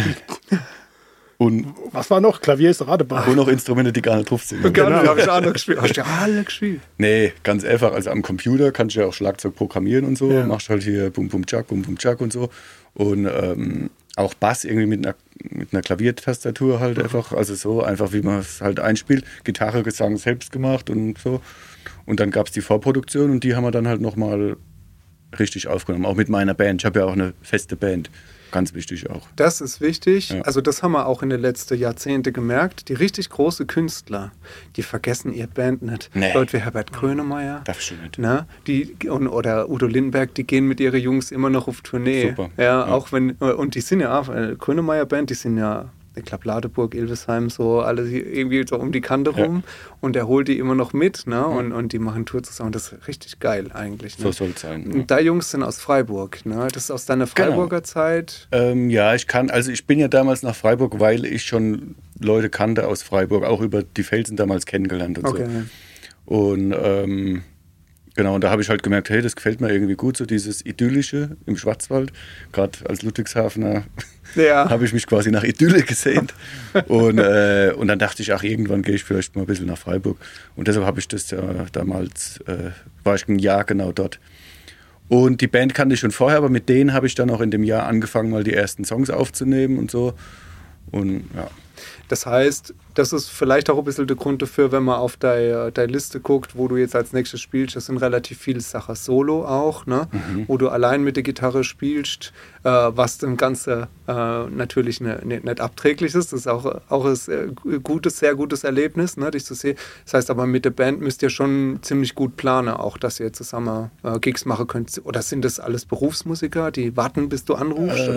Und, Was war noch? Klavier ist auch dabei. und noch Instrumente, die gar nicht drauf sind. Genau, die habe ich auch noch gespielt. Hast du ja alle gespielt? Nee, ganz einfach. Also am Computer kannst du ja auch Schlagzeug programmieren und so. Ja. Machst halt hier Bum Bum Chuck, Bum Bum Chuck und so. Und ähm, auch Bass irgendwie mit einer, mit einer Klaviertastatur halt einfach. Also so einfach, wie man es halt einspielt. Gitarre, Gesang selbst gemacht und so. Und dann gab es die Vorproduktion und die haben wir dann halt nochmal richtig aufgenommen. Auch mit meiner Band. Ich habe ja auch eine feste Band. Ganz wichtig auch. Das ist wichtig. Ja. Also das haben wir auch in den letzten Jahrzehnten gemerkt. Die richtig große Künstler, die vergessen ihr Band nicht. Nee. Leute wie Herbert Grönemeyer, Darfst du nicht. ne? Die, und, oder Udo Lindenberg, die gehen mit ihren Jungs immer noch auf Tournee. Super. Ja, Ja. auch wenn, und die sind ja, äh, Grönemeyer-Band, die sind ja, ich glaube, Ladeburg, Ilvesheim, so alle hier irgendwie so um die Kante rum. Ja. Und er holt die immer noch mit, ne? Und, und die machen Tour zusammen. Das ist richtig geil eigentlich. Ne? So soll es sein. Ja. Und da Jungs sind aus Freiburg, ne? Das ist aus deiner Freiburger Genau. Zeit. Ähm, ja, ich kann, also ich bin ja damals nach Freiburg, weil ich schon Leute kannte aus Freiburg, auch über die Felsen damals kennengelernt und Okay. so. Und ähm, genau, und da habe ich halt gemerkt, hey, das gefällt mir irgendwie gut, so dieses Idyllische im Schwarzwald. Gerade als Ludwigshafener Ja. habe ich mich quasi nach Idylle gesehnt. und, äh, und dann dachte ich, ach, irgendwann gehe ich vielleicht mal ein bisschen nach Freiburg. Und deshalb habe ich das ja damals, äh, war ich ein Jahr genau dort. Und die Band kannte ich schon vorher, aber mit denen habe ich dann auch in dem Jahr angefangen, mal die ersten Songs aufzunehmen und so. Und ja. Das heißt, das ist vielleicht auch ein bisschen der Grund dafür, wenn man auf deine, deine Liste guckt, wo du jetzt als nächstes spielst. Das sind relativ viele Sachen solo auch, ne? Mhm. Wo du allein mit der Gitarre spielst, äh, was dem Ganze äh, natürlich ne, ne, nicht abträglich ist. Das ist auch, auch ein sehr gutes, sehr gutes Erlebnis, ne, dich zu sehen. Das heißt aber, mit der Band müsst ihr schon ziemlich gut planen, auch dass ihr zusammen äh, Gigs machen könnt. Oder sind das alles Berufsmusiker, die warten, bis du anrufst?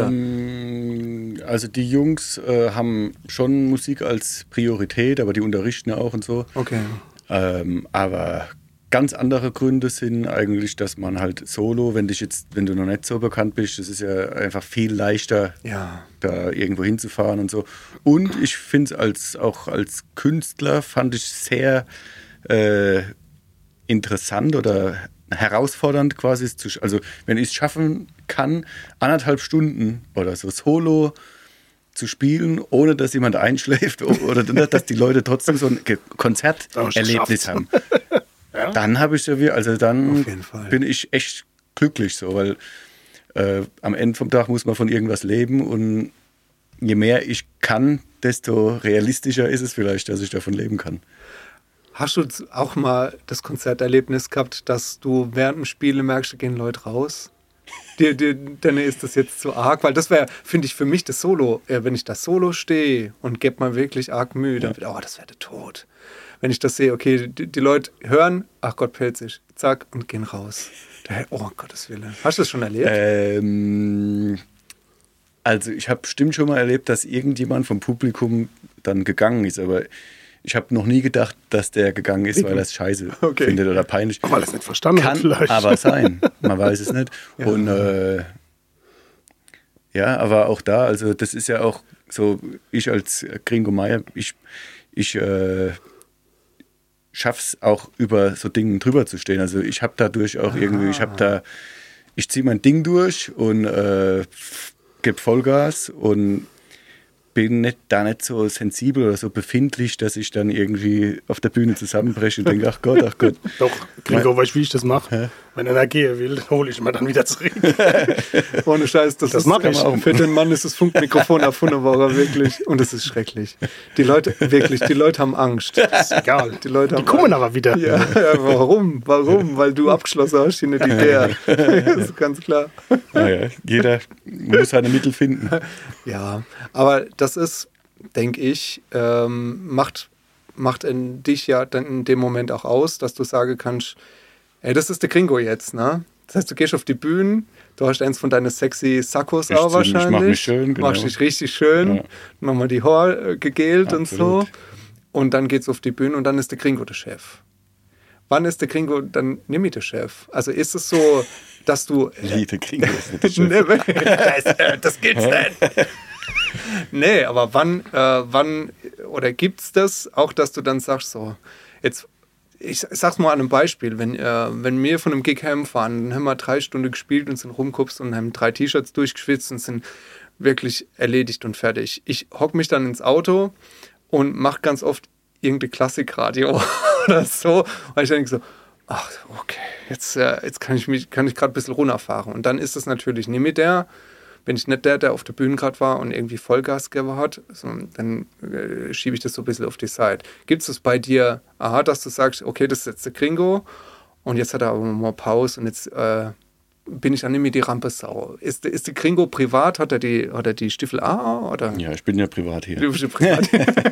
Ähm, also die Jungs äh, haben schon Musik als Priorität, aber die unterrichten ja auch und so. Okay. Ähm, aber ganz andere Gründe sind eigentlich, dass man halt solo, wenn dich jetzt, wenn du noch nicht so bekannt bist, das ist ja einfach viel leichter, ja. da irgendwo hinzufahren und so. Und ich finde es als auch als Künstler fand ich sehr äh, interessant oder herausfordernd quasi. Zu, also wenn ich es schaffen kann, anderthalb Stunden oder so solo zu spielen, ohne dass jemand einschläft oder dass die Leute trotzdem so ein Konzerterlebnis haben. Ja? Dann habe ich ja wie, also dann bin ich echt glücklich so, weil äh, am Ende vom Tag muss man von irgendwas leben und je mehr ich kann, desto realistischer ist es vielleicht, dass ich davon leben kann. Hast du auch mal das Konzerterlebnis gehabt, dass du während dem Spiel merkst, da gehen Leute raus? Dir, dir, dann ist das jetzt zu arg, weil das wäre, finde ich, für mich das Solo, äh, wenn ich das Solo stehe und gebe mal wirklich arg Mühe, dann wird, oh, das wäre der Tod. Wenn ich das sehe, okay, die, die Leute hören, ach Gott, pelzig, zack, und gehen raus. Da, oh Gottes Willen. Hast du das schon erlebt? Ähm, also ich habe bestimmt schon mal erlebt, dass irgendjemand vom Publikum dann gegangen ist, aber ich habe noch nie gedacht, dass der gegangen ist, weil er es scheiße okay. findet oder peinlich. Weil er es nicht verstanden Kann hat vielleicht. aber sein. Man weiß es nicht. Ja. Und äh, ja, aber auch da, also das ist ja auch so, ich als Gringo Meier, ich, ich äh, schaff's auch über so Dinge drüber zu stehen. Also ich habe dadurch auch Aha. irgendwie, ich habe da, ich ziehe mein Ding durch und äh, gebe Vollgas und bin nicht, da nicht so sensibel oder so befindlich, dass ich dann irgendwie auf der Bühne zusammenbreche und denke, ach Gott, ach Gott. Doch, Gringo, weißt du, wie ich das mache? Hä? Wenn einer gehen will, hole ich ihn dann wieder zurück. Ohne Scheiß, das, das mache ich auch. Für den Mann ist das Funkmikrofon erfunden worden, wirklich. Und es ist schrecklich. Die Leute, wirklich, die Leute haben Angst. Das ist egal. Die, Leute die haben kommen Angst. aber wieder. Ja, ja, warum? Warum? Weil du abgeschlossen hast, nicht die der. Das ist ganz klar. Naja, jeder muss seine Mittel finden. Ja, aber das ist, denke ich, ähm, macht, macht in dich ja dann in dem Moment auch aus, dass du sagen kannst, ey, das ist der Gringo jetzt, ne? Das heißt, du gehst auf die Bühne, du hast eins von deinen sexy Sackos auch wahrscheinlich. Ich mach mich schön, genau. Machst dich richtig schön, ja. Nochmal die Haare gegelt Absolut. Und so. Und dann geht's auf die Bühne und dann ist der Gringo der Chef. wann ist der Gringo dann nicht mehr der Chef? Also ist es so, dass du... Nee, der Gringo ist nicht der Chef. das, äh, das gibt's nicht. Nee, aber wann, äh, wann oder gibt's das auch, dass du dann sagst, so, jetzt, ich sag's mal an einem Beispiel, wenn, äh, wenn wir von einem Gig heimfahren, dann haben wir drei Stunden gespielt und sind rumgekupst und haben drei T-Shirts durchgeschwitzt und sind wirklich erledigt und fertig. Ich hock mich dann ins Auto und mach ganz oft irgendeine Klassikradio oder so, weil ich denke so, ach, okay, jetzt, äh, jetzt kann ich mich, kann ich gerade ein bisschen runterfahren. Und dann ist es natürlich nicht mehr der, bin ich nicht der, der auf der Bühne gerade war und irgendwie Vollgas gegeben hat, so, dann äh, schiebe ich das so ein bisschen auf die Seite. Gibt es das bei dir, aha, dass du sagst, okay, das ist jetzt der Gringo und jetzt hat er aber mal Pause und jetzt äh, bin ich dann nicht mehr die Rampensau. Ist, ist der Gringo privat, hat er die, hat er die Stiefel A? Oder? Ja, ich bin ja privat hier. Du bist ja privat.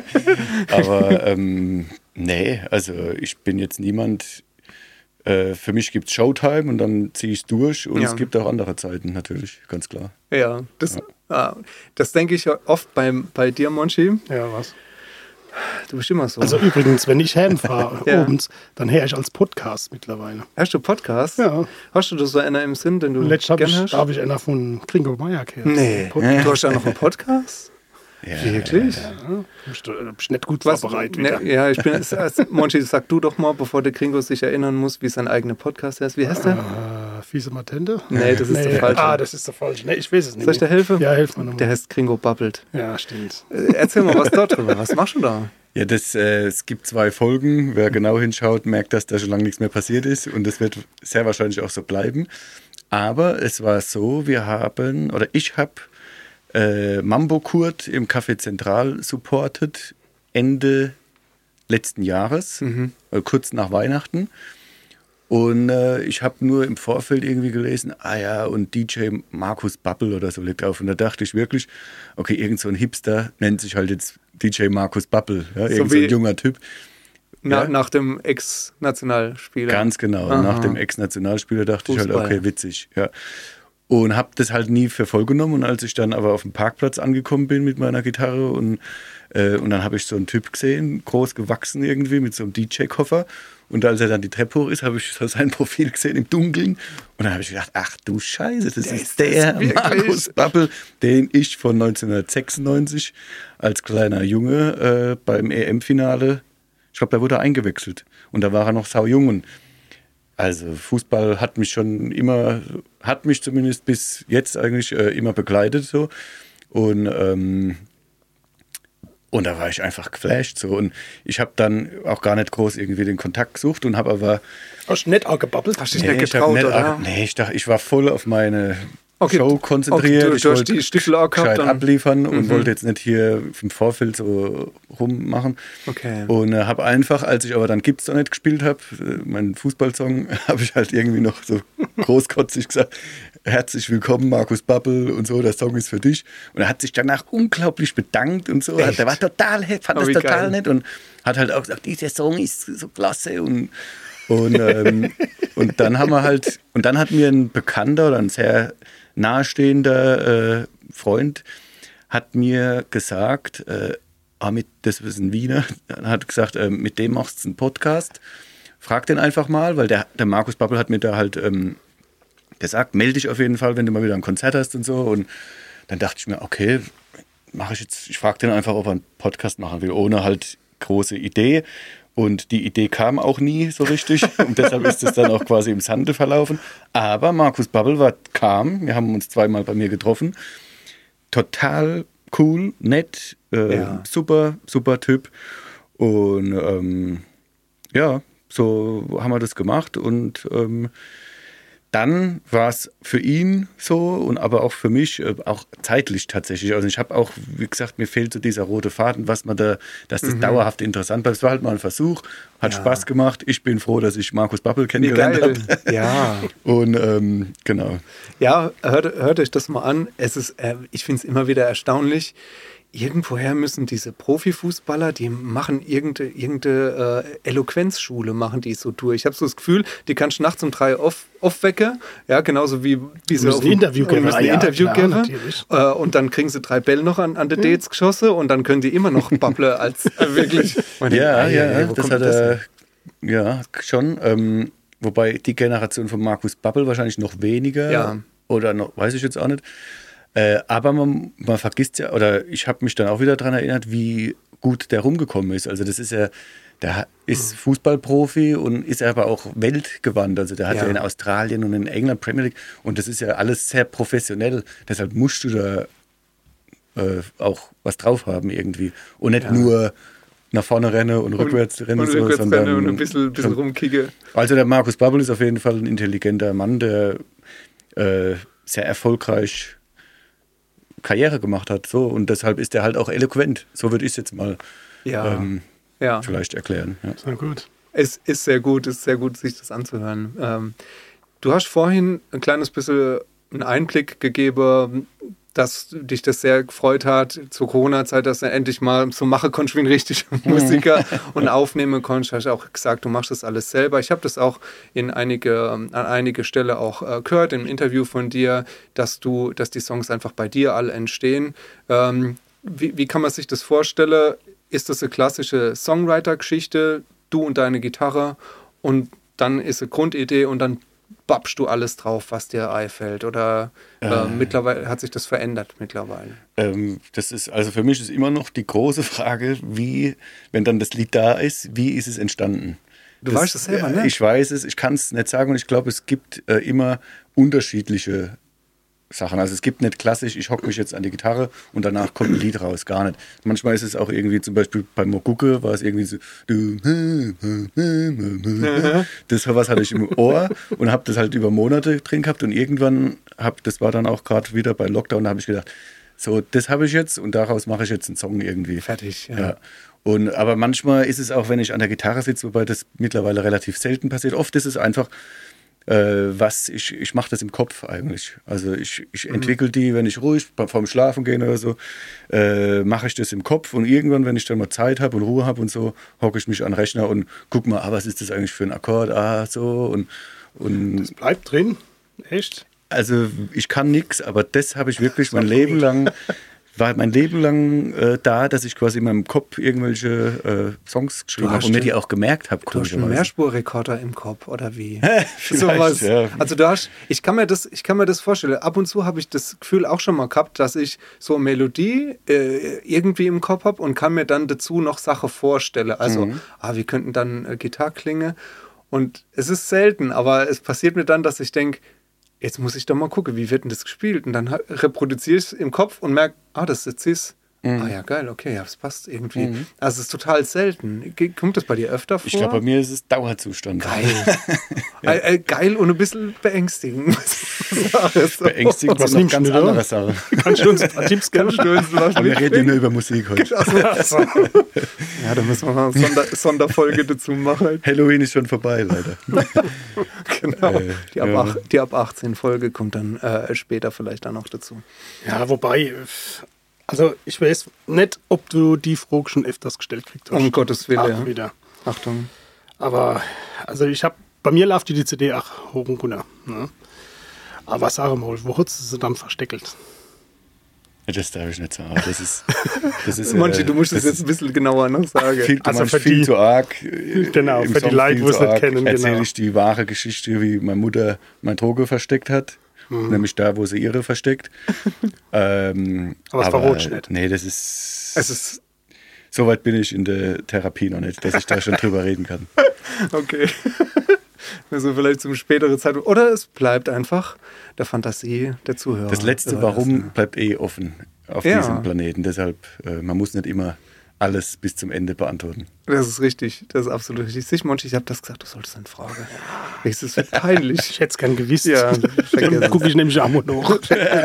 Aber ähm, nee, also ich bin jetzt niemand... Für mich gibt es Showtime und dann ziehe ich es durch und ja. Es gibt auch andere Zeiten natürlich, ganz klar. Ja, das, ja. Ah, das denke ich oft bei, bei dir, Monchi. Ja, was? Du bist immer so. Also übrigens, wenn ich heimfahre ja. abends, dann höre ich als Podcast mittlerweile. Hast du Podcast? Ja. Hast du da so einer im Sinn, den du gerne ich, hast? Da habe ich einer von Gringo Meier gehört. Nee, du hast ja noch einen Podcast? Ja, wirklich? Ja, ja. Bist du bist nicht gut Was, vorbereitet. Ne, ja, ich bin. Also, Monchi, sag du doch mal, bevor der Gringo sich erinnern muss, wie sein eigener Podcast heißt. Wie heißt der? Äh, Fiese Matente? Nee, das ist nee. der falsche. Ah, das ist der falsche. Nee, ich weiß es nicht. Soll ich dir helfen? Ja, hilf mir nochmal. Der heißt Gringo Babbelt. Ja, stimmt. Äh, erzähl mal was dort drüber. Was machst du da? Ja, das, äh, es gibt zwei Folgen. Wer genau hinschaut, merkt, dass da schon lange nichts mehr passiert ist. Und das wird sehr wahrscheinlich auch so bleiben. Aber es war so, wir haben, oder ich habe Äh, Mambo Kurt im Café Zentral supportet Ende letzten Jahres, mhm. äh, kurz nach Weihnachten. Und äh, ich habe nur im Vorfeld irgendwie gelesen, ah ja, und D J Markus Babbel oder so liegt auf. Und da dachte ich wirklich, okay, irgend so ein Hipster nennt sich halt jetzt D J Markus Babbel, ja, so irgend so ein junger Typ. Na, ja? Nach dem Ex-Nationalspieler. Ganz genau, Aha. nach dem Ex-Nationalspieler dachte Fußball. ich halt, okay, witzig, ja. Und habe das halt nie für voll genommen. Und als ich dann aber auf dem Parkplatz angekommen bin mit meiner Gitarre und, äh, und dann habe ich so einen Typ gesehen, groß gewachsen irgendwie, mit so einem D J-Koffer. Und als er dann die Treppe hoch ist, habe ich so sein Profil gesehen im Dunkeln. Und dann habe ich gedacht, ach du Scheiße, das der ist der Markus Babbel, den ich von neunzehnhundertsechsundneunzig als kleiner Junge äh, beim E M-Finale, ich glaube, da wurde er eingewechselt. Und da war er noch saujung. Und also Fußball hat mich schon immer, hat mich zumindest bis jetzt eigentlich äh, immer begleitet so und ähm, und da war ich einfach geflasht so und ich habe dann auch gar nicht groß irgendwie den Kontakt gesucht und habe aber hast du nicht auch gebabbelt? Hast du dich nee, nicht getraut, nicht, oder? Nee, ich dachte, ich war voll auf meine okay, Show konzentriert. Okay, du, ich wollte die Stiefel auch gehabt, abliefern und mhm. wollte jetzt nicht hier im Vorfeld so rummachen. Okay. Und äh, habe einfach, als ich aber dann Gibt's doch nicht gespielt habe, äh, meinen Fußballsong, habe ich halt irgendwie noch so großkotzig gesagt, herzlich willkommen Markus Babbel und so, der Song ist für dich. Und er hat sich danach unglaublich bedankt und so. Echt? Der war total, fand oh, das total geil. nett und hat halt auch gesagt, dieser Song ist so klasse und und, ähm, und dann haben wir halt, und dann hat mir ein Bekannter oder ein sehr nahestehender äh, Freund hat mir gesagt, äh, ah, mit, das ist ein Wiener, hat gesagt, äh, mit dem machst du einen Podcast. Frag den einfach mal, weil der, der Markus Babbel hat mir da halt ähm, gesagt, melde dich auf jeden Fall, wenn du mal wieder ein Konzert hast und so. Und dann dachte ich mir, okay, mache ich jetzt, ich frage den einfach, ob er einen Podcast machen will, ohne halt große Idee. Und die Idee kam auch nie so richtig und deshalb ist es dann auch quasi im Sande verlaufen. Aber Markus Babbel war, kam, wir haben uns zweimal bei mir getroffen, total cool, nett, äh, ja. super, super Typ. Und ähm, ja, so haben wir das gemacht und ähm, dann war es für ihn so und aber auch für mich äh, auch zeitlich tatsächlich. Also ich habe auch, wie gesagt, mir fehlt so dieser rote Faden, was man da, dass das mhm. dauerhaft interessant bleibt. Es war halt mal ein Versuch, hat ja. Spaß gemacht. Ich bin froh, dass ich Markus Babbel kennengelernt habe. Ja. Und ähm, genau. Ja, hört, hört euch das mal an. Es ist, äh, ich finde es immer wieder erstaunlich. Irgendwoher müssen diese Profifußballer, die machen irgendeine, irgendeine äh, Eloquenzschule, machen die so durch. Ich habe so das Gefühl, die kannst du nachts um drei auf, aufwecken, ja, genauso wie, wie sie auf ein Interview geben. Müssen ein ja, Interview klar, geben. Äh, und dann kriegen sie drei Bälle noch an, an der Dates geschossen und dann können die immer noch babbeln als äh, wirklich. ja, ja, ja, das hat er Ja, schon. Ähm, wobei die Generation von Markus Babbel wahrscheinlich noch weniger. Ja. Oder noch, weiß ich jetzt auch nicht. Äh, aber man, man vergisst ja, oder ich habe mich dann auch wieder daran erinnert, wie gut der rumgekommen ist. Also das ist ja, der ist Fußballprofi und ist aber auch weltgewandt. Also der hat ja, Ja. in Australien und in England Premier League und das ist ja alles sehr professionell. Deshalb musst du da äh, auch was drauf haben irgendwie. Und nicht Ja. nur nach vorne rennen und, und rückwärts rennen. Und so, rückwärts sondern rennen und ein bisschen, bisschen schon- rumkicke. Also der Markus Babbel ist auf jeden Fall ein intelligenter Mann, der äh, sehr erfolgreich Karriere gemacht hat. So, und deshalb ist er halt auch eloquent. So würde ich es jetzt mal Ja. ähm, ja. vielleicht erklären. Ja. Na gut. Es ist sehr gut, es ist sehr gut, sich das anzuhören. Ähm, du hast vorhin ein kleines bisschen einen Einblick gegeben, dass dich das sehr gefreut hat zur Corona-Zeit, dass du endlich mal so machen konntest wie ein richtiger Musiker und aufnehmen konntest. Du hast auch gesagt, du machst das alles selber. Ich habe das auch in einige, an einige Stelle auch äh, gehört im Interview von dir, dass du, dass die Songs einfach bei dir alle entstehen. Ähm, wie, wie kann man sich das vorstellen? Ist das eine klassische Songwriter-Geschichte, du und deine Gitarre und dann ist eine Grundidee und dann babst du alles drauf, was dir einfällt? Oder äh, Äh. mittlerweile hat sich das verändert mittlerweile? Ähm, das ist, also für mich ist immer noch die große Frage, wie, wenn dann das Lied da ist, wie ist es entstanden? Du weißt es selber, ne? Ich weiß es, ich kann es nicht sagen und ich glaube, es gibt äh, immer unterschiedliche Sachen. Also es gibt nicht klassisch, ich hocke mich jetzt an die Gitarre und danach kommt ein Lied raus, gar nicht. Manchmal ist es auch irgendwie, zum Beispiel bei Mokuke war es irgendwie so, das was hatte ich im Ohr und habe das halt über Monate drin gehabt und irgendwann, hab, das war dann auch gerade wieder bei Lockdown, da habe ich gedacht, so, das habe ich jetzt und daraus mache ich jetzt einen Song irgendwie. Fertig, ja. Ja. Und, aber manchmal ist es auch, wenn ich an der Gitarre sitze, wobei das mittlerweile relativ selten passiert, oft ist es einfach, äh, was ich, ich mache das im Kopf eigentlich. Also ich, ich Mhm. entwickle die, wenn ich ruhig vorm Schlafen gehe oder so, äh, mache ich das im Kopf und irgendwann, wenn ich dann mal Zeit habe und Ruhe habe und so, hocke ich mich an den Rechner und guck mal, ah, was ist das eigentlich für ein Akkord, ah, so und, und Bleibt drin. Echt? also ich kann nichts, aber das habe ich wirklich mein Leben lang, war mein Leben lang äh, da, dass ich quasi in meinem Kopf irgendwelche äh, Songs geschrieben habe hast und mir den- die auch gemerkt habe. Du hast einen Mehrspurrekorder im Kopf, oder wie? Vielleicht, Sowas. ja. Also du hast, ich kann mir das, ich kann mir das vorstellen. Ab und zu habe ich das Gefühl auch schon mal gehabt, dass ich so eine Melodie äh, irgendwie im Kopf habe und kann mir dann dazu noch Sachen vorstellen. Also, Mhm. ah, wie könnten dann äh, Gitarre klingen? Und es ist selten, aber es passiert mir dann, dass ich denke, jetzt muss ich doch mal gucken, wie wird denn das gespielt? Und dann ha- reproduziere ich es im Kopf und merke, ah, das ist jetzt Mhm. Ah ja, geil, okay, ja, das passt irgendwie. Also es ist total selten. Ge- Kommt das bei dir öfter vor? Ich glaube, bei mir ist es Dauerzustand. Geil. äh, äh, geil und ein bisschen beängstigend. so. Beängstigend Was sind noch nimmst ganz du da? andere Sachen. Kannst du uns ein paar Tipps geben? Kannst du uns was Aber wir reden ja mitbringen? nur über Musik heute. Also, ja, da müssen wir mal eine Sonder Sonderfolge dazu machen. Halloween ist schon vorbei, leider. Genau. Äh, Die ab, ja. ach, die ab achtzehn Folge kommt dann äh, später vielleicht dann noch dazu. Ja, wobei, also ich weiß nicht, ob du die Frage schon öfters gestellt kriegst. Um Gottes Willen. Ach, Ja. wieder. Achtung. Aber, also ich habe, bei mir läuft die C D auch hoch und runter. Ne? Aber sag mal, wo hat sie dann versteckelt? Das darf ich nicht sagen. Das ist, das ist, Manche, äh, du musst es das jetzt ein bisschen genauer noch sagen. Viel, du Also meinst für viel die- zu arg. äh, Genau, im für die Song Leute, viel wo es zu nicht arg kennen, erzähle genau. ich die wahre Geschichte, wie meine Mutter meine Droge versteckt hat. Mhm. Nämlich da, wo sie ihre versteckt. ähm, Aber es verrotst nicht. Nee, das ist... Es ist So weit bin ich in der Therapie noch nicht, dass ich da schon drüber reden kann. okay. Also vielleicht zum späteren Zeitpunkt. Oder es bleibt einfach der Fantasie der Zuhörer. Das letzte überlassen. Warum bleibt eh offen auf Ja. diesem Planeten. Deshalb, äh, man muss nicht immer alles bis zum Ende beantworten. Das ist richtig. Das ist absolut richtig. Sich, Monchi, ich habe das gesagt, du solltest eine Frage. Es ist peinlich. Ich hätte es gern gewusst. Ja, vergiss Dann gucke ich nämlich am noch.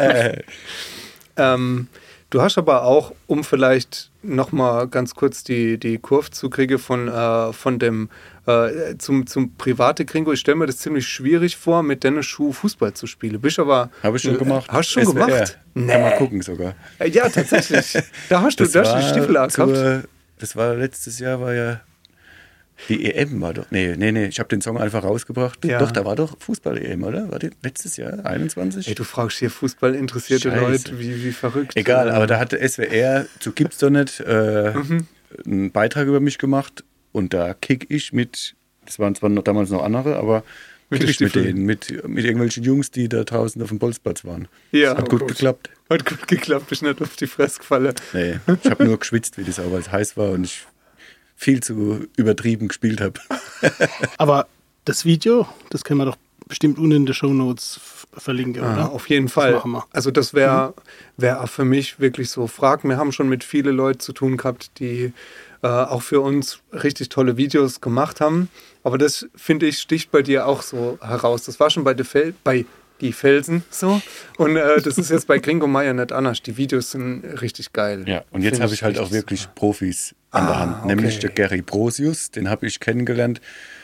Ähm, du hast aber auch, um vielleicht nochmal ganz kurz die, die Kurve zu kriegen von, äh, von dem äh, zum, zum private Gringo, ich stelle mir das ziemlich schwierig vor, mit deinen Schuh Fußball zu spielen. Bist aber Habe ich schon gemacht. Hast du schon S W R. gemacht? Kann man gucken sogar. Äh, Ja, tatsächlich. Da hast du, da hast du die Stiefel auch gehabt. zur, das war letztes Jahr, war ja die E M, war doch. Nee, nee, nee, ich habe den Song einfach rausgebracht. Ja. Doch, da war doch Fußball-E M, oder? War die letztes Jahr, einundzwanzig? Ey, du fragst hier Fußball interessierte Scheiße. Leute, wie, wie verrückt. Egal, Äh, aber da hatte S W R, so gibt's doch nicht, äh, Mhm. einen Beitrag über mich gemacht und da kick ich mit Das waren zwar noch, damals noch andere, aber Mit wirklich den mit Stiefeln. denen, mit, mit irgendwelchen Jungs, die da draußen auf dem Bolzplatz waren. Ja, Hat gut gut. geklappt. hat gut geklappt, bist nicht auf die Fresse gefallen. Nee, ich habe nur geschwitzt, wie das auch, weil es heiß war und ich viel zu übertrieben gespielt habe. Aber das Video, das können wir doch bestimmt unten in den Shownotes f- verlinken, Ah, oder? auf jeden Fall. machen wir. Also das wäre wär auch für mich wirklich so Fragen. Wir haben schon mit vielen Leuten zu tun gehabt, die äh, auch für uns richtig tolle Videos gemacht haben. Aber das, finde ich, sticht bei dir auch so heraus. Das war schon bei, de Fel bei die Felsen so. Und äh, das ist jetzt bei Gringo Meier nicht anders. Die Videos sind richtig geil. Ja, und jetzt Find habe ich halt auch richtig wirklich super. Profis an der Ah, Hand, okay. nämlich der Gary Brosius, den habe ich kennengelernt.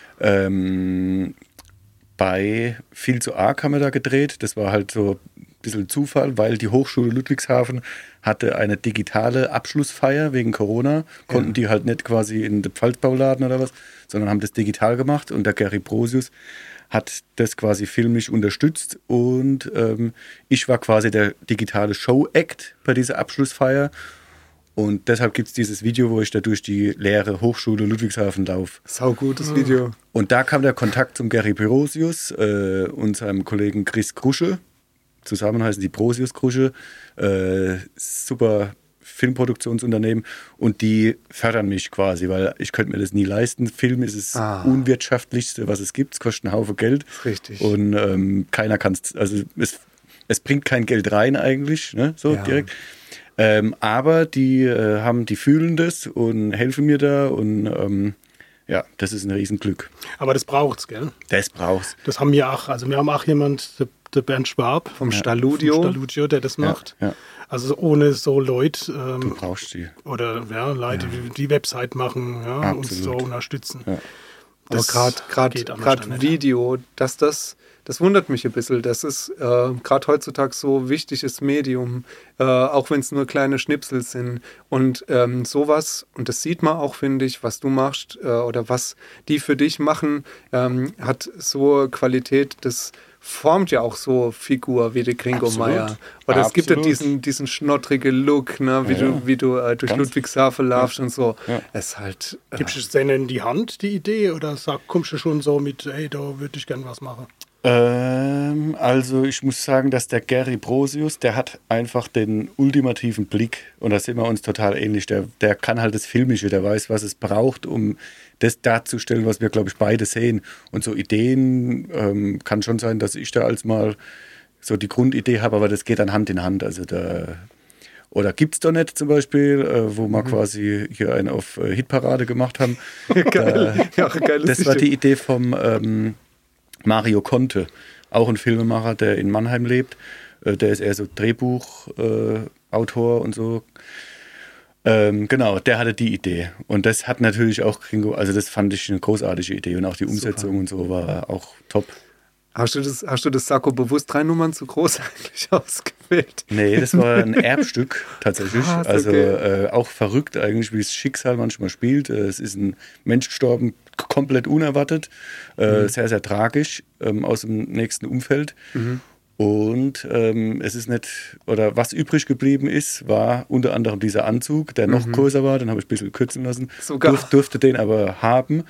Ähm, bei Viel zu arg haben wir da gedreht. Das war halt so ein bisschen Zufall, weil die Hochschule Ludwigshafen hatte eine digitale Abschlussfeier wegen Corona. Konnten die halt nicht quasi in den Pfalzbauladen oder was, sondern haben das digital gemacht. Und der Gary Brosius hat das quasi filmisch unterstützt. Und ähm, ich war quasi der digitale Show-Act bei dieser Abschlussfeier. Und deshalb gibt es dieses Video, wo ich da durch die leere Hochschule Ludwigshafen laufe. Sau gutes Video. Und da kam der Kontakt zum Gary Brosius äh, und seinem Kollegen Chris Krusche. Zusammen heißen die Brosius Krusche. Äh, super Filmproduktionsunternehmen. Und die fördern mich quasi, weil ich könnte mir das nie leisten. Film ist das Ah. unwirtschaftlichste, was es gibt. Es kostet einen Haufen Geld. Richtig. Und ähm, keiner kann es, also es, es bringt kein Geld rein eigentlich, ne? So Ja. direkt. Ähm, aber die äh, haben, die fühlen das und helfen mir da und ähm, ja, das ist ein Riesenglück. Aber das braucht's, gell? Das brauch's. Das haben wir auch. Also wir haben auch jemand, der, der Bernd Schwab Vom vom Staludio. Staludio, der das macht. Ja, Also ohne so Leute du ähm, brauchst die. oder ja, Leute, die die Website machen, ja, uns so Absolut. unterstützen. Ja. Aber Das gerade geht anders gerade dann nicht. Video, dass das, das wundert mich ein bisschen. Das ist äh, gerade heutzutage so wichtiges Medium, äh, auch wenn es nur kleine Schnipsel sind. Und ähm, sowas, und das sieht man auch, finde ich, was du machst äh, oder was die für dich machen, ähm, hat so Qualität, das formt ja auch so Figur wie der Gringo Absolut. Meier. Oder es gibt ja Absolut. diesen, diesen schnottrigen Look, ne, wie Ja, du, wie du äh, durch ganz- Ludwigshafen laufst und so. Ja. Es ist halt. Äh, Gibst du es denen in die Hand, die Idee, oder sag, kommst du schon so mit, hey, da würde ich gern was machen? Ähm, also ich muss sagen, dass der Gary Brosius, der hat einfach den ultimativen Blick und da sind wir uns total ähnlich. Der, der kann halt das Filmische, der weiß, was es braucht, um das darzustellen, was wir, glaube ich, beide sehen. Und so Ideen ähm, kann schon sein, dass ich da als mal so die Grundidee habe, aber das geht dann Hand in Hand. Also da oder Gibt's doch nicht zum Beispiel, äh, wo wir quasi hier einen auf äh, Hitparade gemacht haben. geil. Ja, auch ein geiles Das war Video. die Idee vom ähm, Mario Conte, auch ein Filmemacher, der in Mannheim lebt. Äh, der ist eher so Drehbuchautor äh, Autor und so. Ähm, genau, der hatte die Idee. Und das hat natürlich auch Gringo, also das fand ich eine großartige Idee. Und auch die Umsetzung und so war auch top. Hast du das, hast du das Sakko bewusst drei Nummern zu groß eigentlich ausgewählt? Nee, das war ein Erbstück tatsächlich. Krass, also okay. äh, auch verrückt eigentlich, wie das Schicksal manchmal spielt. Äh, es ist ein Mensch gestorben, k- komplett unerwartet. Äh, Mhm. Sehr, sehr tragisch ähm, aus dem nächsten Umfeld. Und ähm, es ist nicht, oder was übrig geblieben ist, war unter anderem dieser Anzug, der noch größer war, den habe ich ein bisschen kürzen lassen. Sogar. Durf, durfte den aber haben.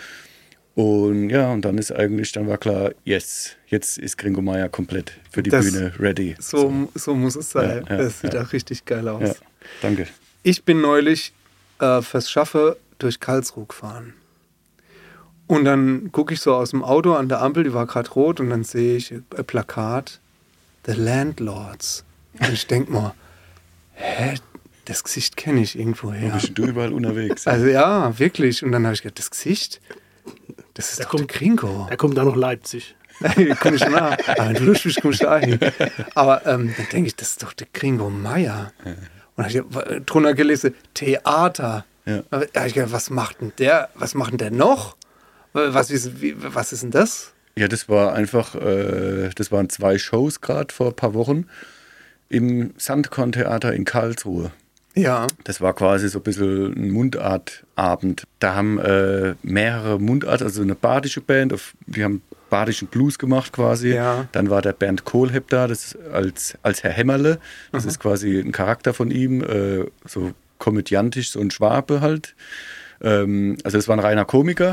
Und ja, und dann ist eigentlich, dann war klar, yes, jetzt ist Gringo Meier komplett für die Das- Bühne ready. So, so muss es sein. Ja, ja, das sieht ja. auch richtig geil aus. Ja, danke. Ich bin neulich äh, fürs Schaffe durch Karlsruhe gefahren. Und dann gucke ich so aus dem Auto an der Ampel, die war gerade rot, und dann sehe ich ein Plakat, The Landlords. Und ich denke mal, hä, das Gesicht kenne ich irgendwo Wo her. bist du überall unterwegs? Also ja, wirklich. Und dann habe ich gedacht, das Gesicht, das ist Da doch kommt- der Gringo. Da kommt auch noch Leipzig. Komm ich nach. Aber wenn du Lust bist, kommst du ein. Aber ähm, dann denke ich, das ist doch der Gringo Meier. Und habe ich drunter gelesen, Theater. Ja. Da habe ich gedacht, was macht denn der, was macht denn der noch? Was ist, wie, was ist denn das? Ja, das war einfach, äh, das waren zwei Shows gerade vor ein paar Wochen im Sandkorn-Theater in Karlsruhe. Ja. Das war quasi so ein bisschen ein Mundartabend. Da haben äh, mehrere Mundart, also eine badische Band, auf, die haben badischen Blues gemacht quasi. Ja. Dann war der Bernd Kohlhepp da, das ist als, als Herr Hämmerle. Das ist quasi ein Charakter von ihm, äh, so komödiantisch, so ein Schwabe halt. Ähm, also es war ein reiner Komiker.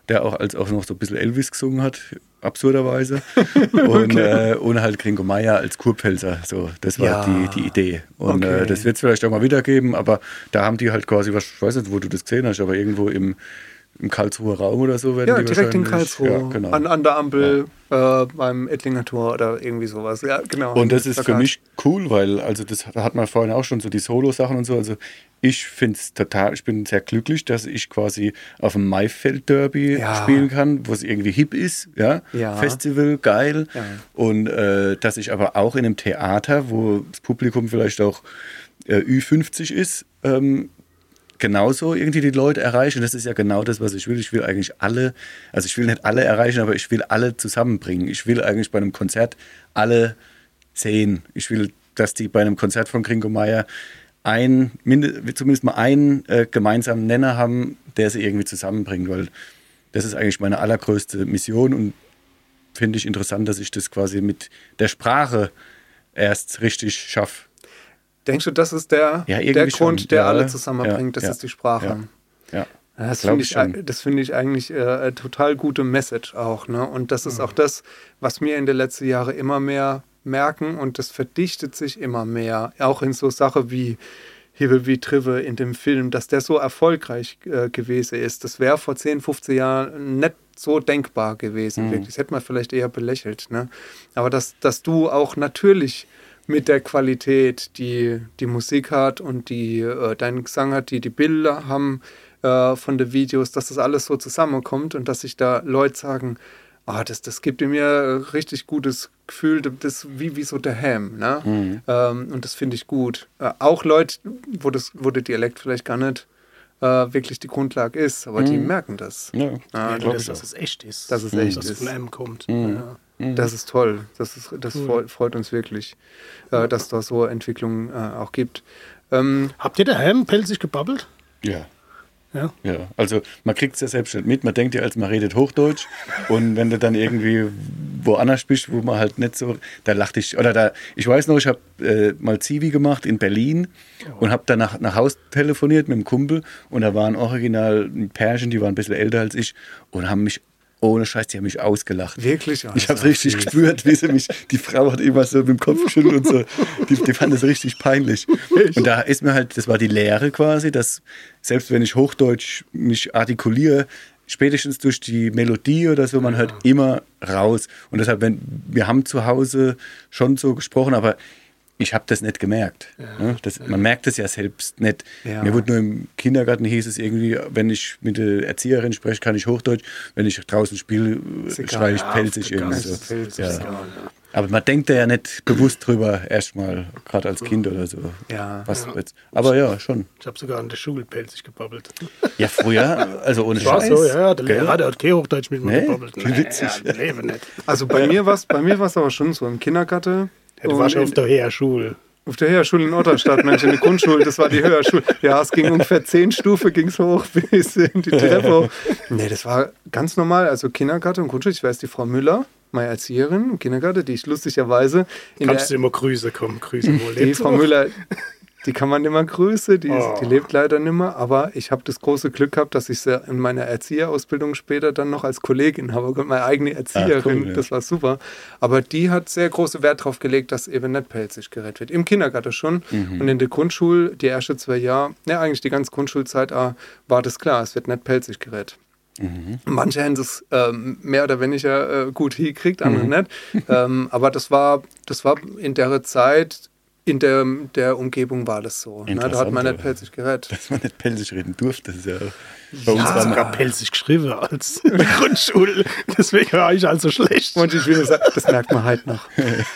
der auch als auch noch so ein bisschen Elvis gesungen hat, absurderweise. Und, okay. äh, und halt Gringo Meier als Kurpfälzer. So, das war ja. die, die Idee. Und okay. äh, das wird es vielleicht auch mal wiedergeben, aber da haben die halt quasi, was, ich weiß nicht, wo du das gesehen hast, aber irgendwo im, im Karlsruher Raum oder so werden ja, die direkt in Karlsruhe, ja, genau. an, an der Ampel, ja. äh, beim Ettlinger Tor oder irgendwie sowas. Ja, genau. Und das ist Plakat. Für mich cool, weil, also das hat man vorhin auch schon, so die Solo-Sachen und so, also ich finde es total, ich bin sehr glücklich, dass ich quasi auf dem Maifeld-Derby ja. spielen kann, wo es irgendwie hip ist, ja, ja. Festival, geil. Ja. Und äh, dass ich aber auch in einem Theater, wo das Publikum vielleicht auch äh, Ü fünfzig ist, ähm, genauso irgendwie die Leute erreichen. Das ist ja genau das, was ich will. Ich will eigentlich alle, also ich will nicht alle erreichen, aber ich will alle zusammenbringen. Ich will eigentlich bei einem Konzert alle sehen. Ich will, dass die bei einem Konzert von Gringo Meier ein, zumindest mal einen äh, gemeinsamen Nenner haben, der sie irgendwie zusammenbringt, weil das ist eigentlich meine allergrößte Mission und finde ich interessant, dass ich das quasi mit der Sprache erst richtig schaffe. Denkst du, das ist der, ja, der Grund, schon. der ja, alle zusammenbringt, das ja, ist die Sprache? Ja. ja. Das finde ich, ich, find ich eigentlich äh, eine total gute Message auch. Ne? Und das ist mhm. auch das, was mir in den letzten Jahren immer mehr merken und das verdichtet sich immer mehr. Auch in so Sachen wie Hibbel wie Trive in dem Film, dass der so erfolgreich äh, gewesen ist. Das wäre vor zehn, fünfzehn Jahren nicht so denkbar gewesen. Mhm. Wirklich. Das hätte man vielleicht eher belächelt. Ne? Aber dass, dass du auch natürlich mit der Qualität, die die Musik hat und die äh, dein Gesang hat, die die Bilder haben äh, von den Videos, dass das alles so zusammenkommt und dass sich da Leute sagen, ah, das, das gibt mir ein richtig gutes Gefühl, das wie, wie so der Ham. Ne? Mhm. Ähm, und das finde ich gut. Äh, auch Leute, wo, das, wo der Dialekt vielleicht gar nicht äh, wirklich die Grundlage ist, aber mhm. die merken das. Ja, ah, ja, das, dass es echt ist. Dass es mhm. echt dass ist. Dass es von einem kommt. Mhm. Ja. Das ist toll. Das, ist, das cool. freut, freut uns wirklich, äh, dass es da so Entwicklungen äh, auch gibt. Ähm, Habt ihr daheim pelzig gebabbelt? Ja. Ja. ja, also man kriegt es ja selbst nicht mit. Man denkt ja, als man redet Hochdeutsch und wenn du dann irgendwie woanders bist, wo man halt nicht so, da lachte ich, oder da, ich weiß noch, ich habe äh, mal Zivi gemacht in Berlin und habe dann nach, nach Haus telefoniert mit einem Kumpel und da waren original ein Pärchen, die waren ein bisschen älter als ich und haben mich ohne Scheiß, die haben mich ausgelacht. Wirklich? Oh, ich habe es richtig süß. gespürt, wie sie mich, die Frau hat immer so mit dem Kopf geschüttelt und so. Die, die fand das richtig peinlich. Und da ist mir halt, das war die Lehre quasi, dass selbst wenn ich Hochdeutsch mich artikuliere, spätestens durch die Melodie oder so, man hört immer raus. Und deshalb, wenn, wir haben zu Hause schon so gesprochen, aber ich habe das nicht gemerkt. Ja, ne? das, man merkt es ja selbst nicht. Ja. Mir wurde nur im Kindergarten hieß es irgendwie, wenn ich mit der Erzieherin spreche, kann ich Hochdeutsch. Wenn ich draußen spiele, schreie ich pelzig irgendwie so. Pelzig, ja. Ja. Aber man denkt da ja nicht bewusst drüber, erstmal, gerade als Kind oder so. Ja. Was ja. Jetzt. Aber ja, schon. Ich habe sogar an der Schule pelzig gebabbelt. Ja, früher, also ohne Scheiß. War so, ja, der Lehrer, der hat kein Hochdeutsch mit mir nee? gebabbelt. Nee, witzig. Ja, lebe nicht. Also bei mir war es bei mir war's aber schon so im Kindergarten. Ja, du warst ja auf der Heerschule. Auf der Heerschule in Otterstadt, Mensch, in der Grundschule, das war die Höherschule. Ja, es ging ungefähr zehn Stufen, ging es hoch bis in die Treppe. Nee, das war ganz normal. Also Kindergarten und Grundschule, ich weiß, die Frau Müller, meine Erzieherin im Kindergarten, die ich lustigerweise... Kannst du immer Grüße kommen, Grüße wohl. Die Frau Müller... Die kann man nicht mehr grüßen, die, ist, oh. die lebt leider nicht mehr, aber ich habe das große Glück gehabt, dass ich sie in meiner Erzieherausbildung später dann noch als Kollegin habe, meine eigene Erzieherin, ah, cool, ja. Das war super. Aber die hat sehr großen Wert darauf gelegt, dass eben nicht pelzig geredet wird. Im Kindergarten schon mhm. und in der Grundschule, die ersten zwei Jahre, ja eigentlich die ganze Grundschulzeit, ah, war das klar, es wird nicht pelzig geredet. Mhm. Manche haben es ähm, mehr oder weniger äh, gut hingekriegt, andere mhm. nicht. ähm, aber das war, das war in der Zeit... In der, der Umgebung war das so. Ne? Da hat man nicht pelzig geredet. Dass man nicht pelzig reden durfte. Das ist ja bei uns ja, war sogar pelzig geschrieben als in der Grundschule. Deswegen war ich also schlecht. Und ich will sagen, das merkt man halt noch.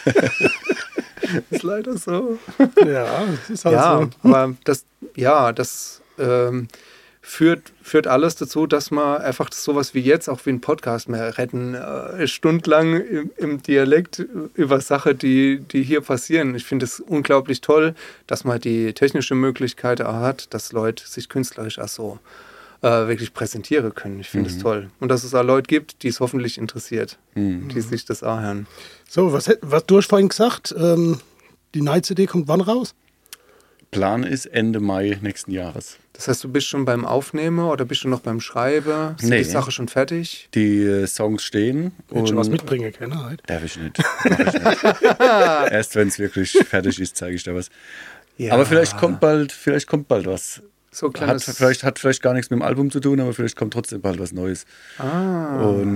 Ist leider so. Ja, das ist halt ja, so. Aber das, ja, das ähm, führt, führt alles dazu, dass man einfach sowas wie jetzt, auch wie ein Podcast mehr retten, äh, stundenlang im, im Dialekt über Sachen, die, die hier passieren. Ich finde es unglaublich toll, dass man die technische Möglichkeit auch hat, dass Leute sich künstlerisch auch so äh, wirklich präsentieren können. Ich finde es mhm. toll. Und dass es auch Leute gibt, die es hoffentlich interessiert, mhm. die sich das auch hören. So, was, was du hast vorhin gesagt, ähm, die Night-C D kommt wann raus? Plan ist Ende Mai nächsten Jahres. Das heißt, du bist schon beim Aufnehmen oder bist du noch beim Schreiben? Ist Nee. die Sache schon fertig? Die äh, Songs stehen. Wenn schon was mitbringen können halt. Darf ich nicht. Mach ich nicht. Erst wenn es wirklich fertig ist, zeige ich da was. Ja. Aber vielleicht kommt bald, vielleicht kommt bald was. So Hat kleines... vielleicht, hat vielleicht gar nichts mit dem Album zu tun, aber vielleicht kommt trotzdem bald was Neues. Ah, Und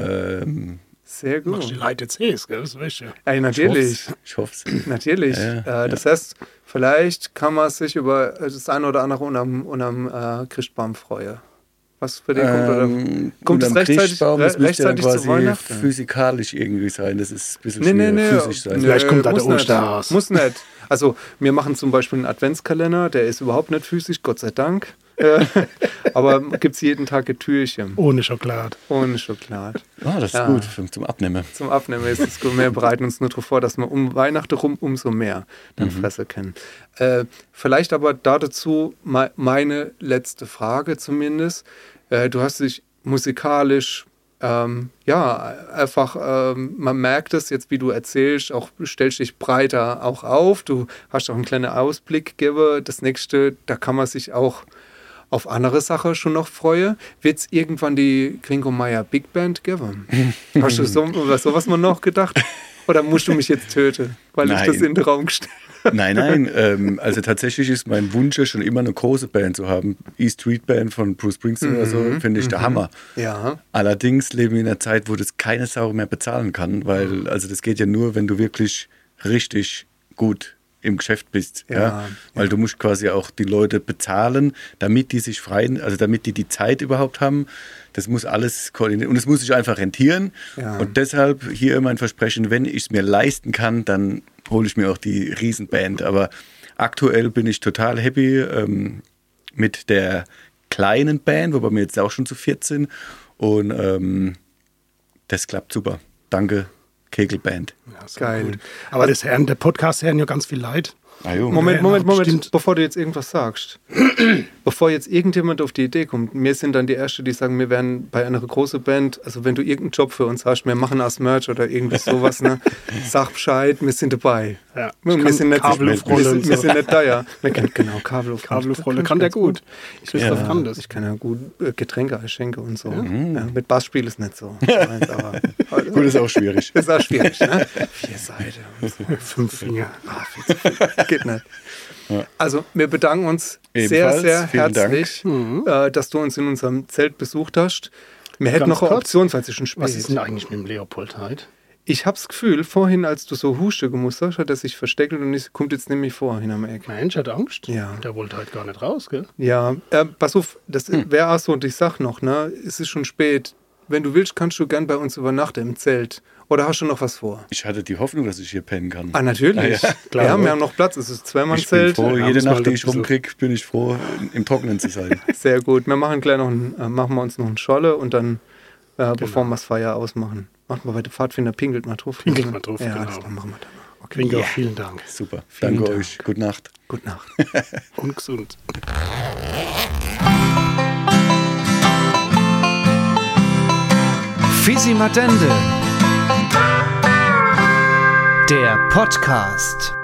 ähm, sehr Du machst die gut. Leute Cs, gell? Das weißt du. Ey, natürlich. ich hoffe es. Natürlich. Ja, äh, das heißt, vielleicht kann man sich über das eine oder andere unterm, unterm äh, Christbaum freuen. Was für den kommt? Oder? Ähm, Kommt es unterm rechtzeitig- Christbaum, das re- müsste dann rechtzeitig zu quasi Weihnachten? physikalisch irgendwie sein. Das ist ein bisschen Nee, nee, schwierig, nee. physisch sein. nee, Vielleicht kommt da muss der nicht. Osterhas. Muss nicht. Also, wir machen zum Beispiel einen Adventskalender, der ist überhaupt nicht physisch, Gott sei Dank. Äh, aber gibt es jeden Tag ein Türchen Ohne Schokolade. ohne Schokolade. Ah, das ist Ja. gut für, zum Abnehmen. Zum Abnehmen ist es gut. Wir bereiten uns nur darauf vor, dass wir um Weihnachten rum umso mehr dann fressen können. Äh, vielleicht aber da dazu me- meine letzte Frage zumindest. Äh, du hast dich musikalisch, ähm, ja, einfach, ähm, man merkt es jetzt, wie du erzählst, auch stellst dich breiter auch auf. Du hast auch einen kleinen Ausblick gegeben. Das nächste, da kann man sich auch auf andere Sachen schon noch freue. Wird es irgendwann die Gringo Meyer Big Band geben? Hast du so, über sowas mal noch gedacht? Oder musst du mich jetzt töten, weil Nein. ich das in den Raum gestellt habe? Nein, nein. ähm, also tatsächlich ist mein Wunsch ja schon immer eine große Band zu haben. E-Street Band von Bruce Springsteen oder so, finde ich der Hammer. Ja. Allerdings leben wir in einer Zeit, wo das keine Sau mehr bezahlen kann, weil also das geht ja nur, wenn du wirklich richtig gut im Geschäft bist. Ja, Ja, Weil du musst quasi auch die Leute bezahlen, damit die sich freien, also damit die die Zeit überhaupt haben. Das muss alles koordinieren und es muss sich einfach rentieren. Ja. Und deshalb hier mein Versprechen, wenn ich es mir leisten kann, dann hole ich mir auch die Riesenband. Aber aktuell bin ich total happy ähm, mit der kleinen Band, wobei wir jetzt auch schon zu viert sind. Und ähm, das klappt super. Danke, Kegelband. Ja, so Geil. gut. Aber das hören, der Podcast hören ja ganz viel Leid. Ah, jo. Moment, Ja, Moment, Moment, bestimmt. bevor du jetzt irgendwas sagst. Bevor jetzt irgendjemand auf die Idee kommt, wir sind dann die Ersten, die sagen, wir werden bei einer großen Band, also wenn du irgendeinen Job für uns hast, wir machen als Merch oder irgendwie sowas, ne, sag Bescheid, wir sind dabei. Ja, Wir, ich wir, kann sind nicht, wir, Kabelrolle sind, und wir so. sind nicht da, ja. Wir können, genau, Kabelrolle. Kabelrolle kann der gut. Christoph Ja, kann das. ich kann ja gut äh, Getränke einschenken und so. Ja, mit Bassspiel ist nicht so. Meins, aber, Gut, ist auch schwierig. ist auch schwierig, ne? Vier Seiten und so. Fünf Finger. Ah, viel zu viel. Geht nicht. Also, wir bedanken uns Ebenfalls, sehr, sehr vielen Dank. herzlich, äh, dass du uns in unserem Zelt besucht hast. Wir hätten Ganz noch eine kurz, Option, falls es schon spät Was ist denn ist. eigentlich mit dem Leopold halt? Ich habe das Gefühl, vorhin, als du so Huste gemusst hast, hat er sich versteckt und es kommt jetzt nämlich vor, hinterm Eck. Mensch, hat Angst? Ja. Der wollte halt gar nicht raus, gell? Ja, äh, pass auf, das Hm. wäre auch so, und ich sag noch, ne, es ist schon spät. Wenn du willst, kannst du gern bei uns übernachten im Zelt. Oder hast du noch was vor? Ich hatte die Hoffnung, dass ich hier pennen kann. Ah, natürlich. Ah, ja. Klar, ja, oder? wir haben noch Platz. Es ist ein Ich bin Zweimannzelt. froh, Ja, jede muss man Nacht, die ein ich bisschen- rumkriege, bin ich froh, im Trockenen zu sein. Sehr gut. Wir machen gleich noch einen, äh, machen wir uns noch einen Scholle und dann, Genau. äh, bevor wir das Feuer ausmachen, machen wir bei der Pfadfinder, pinkelt mal drauf. Pinkelt mal drauf, ja, genau. alles klar, machen wir dann mal. Okay. Klingt auch vielen Dank. Super. Vielen Danke Dank. euch. Gute Nacht. Gute Nacht. Und gesund. Fisi Matende. Der Podcast.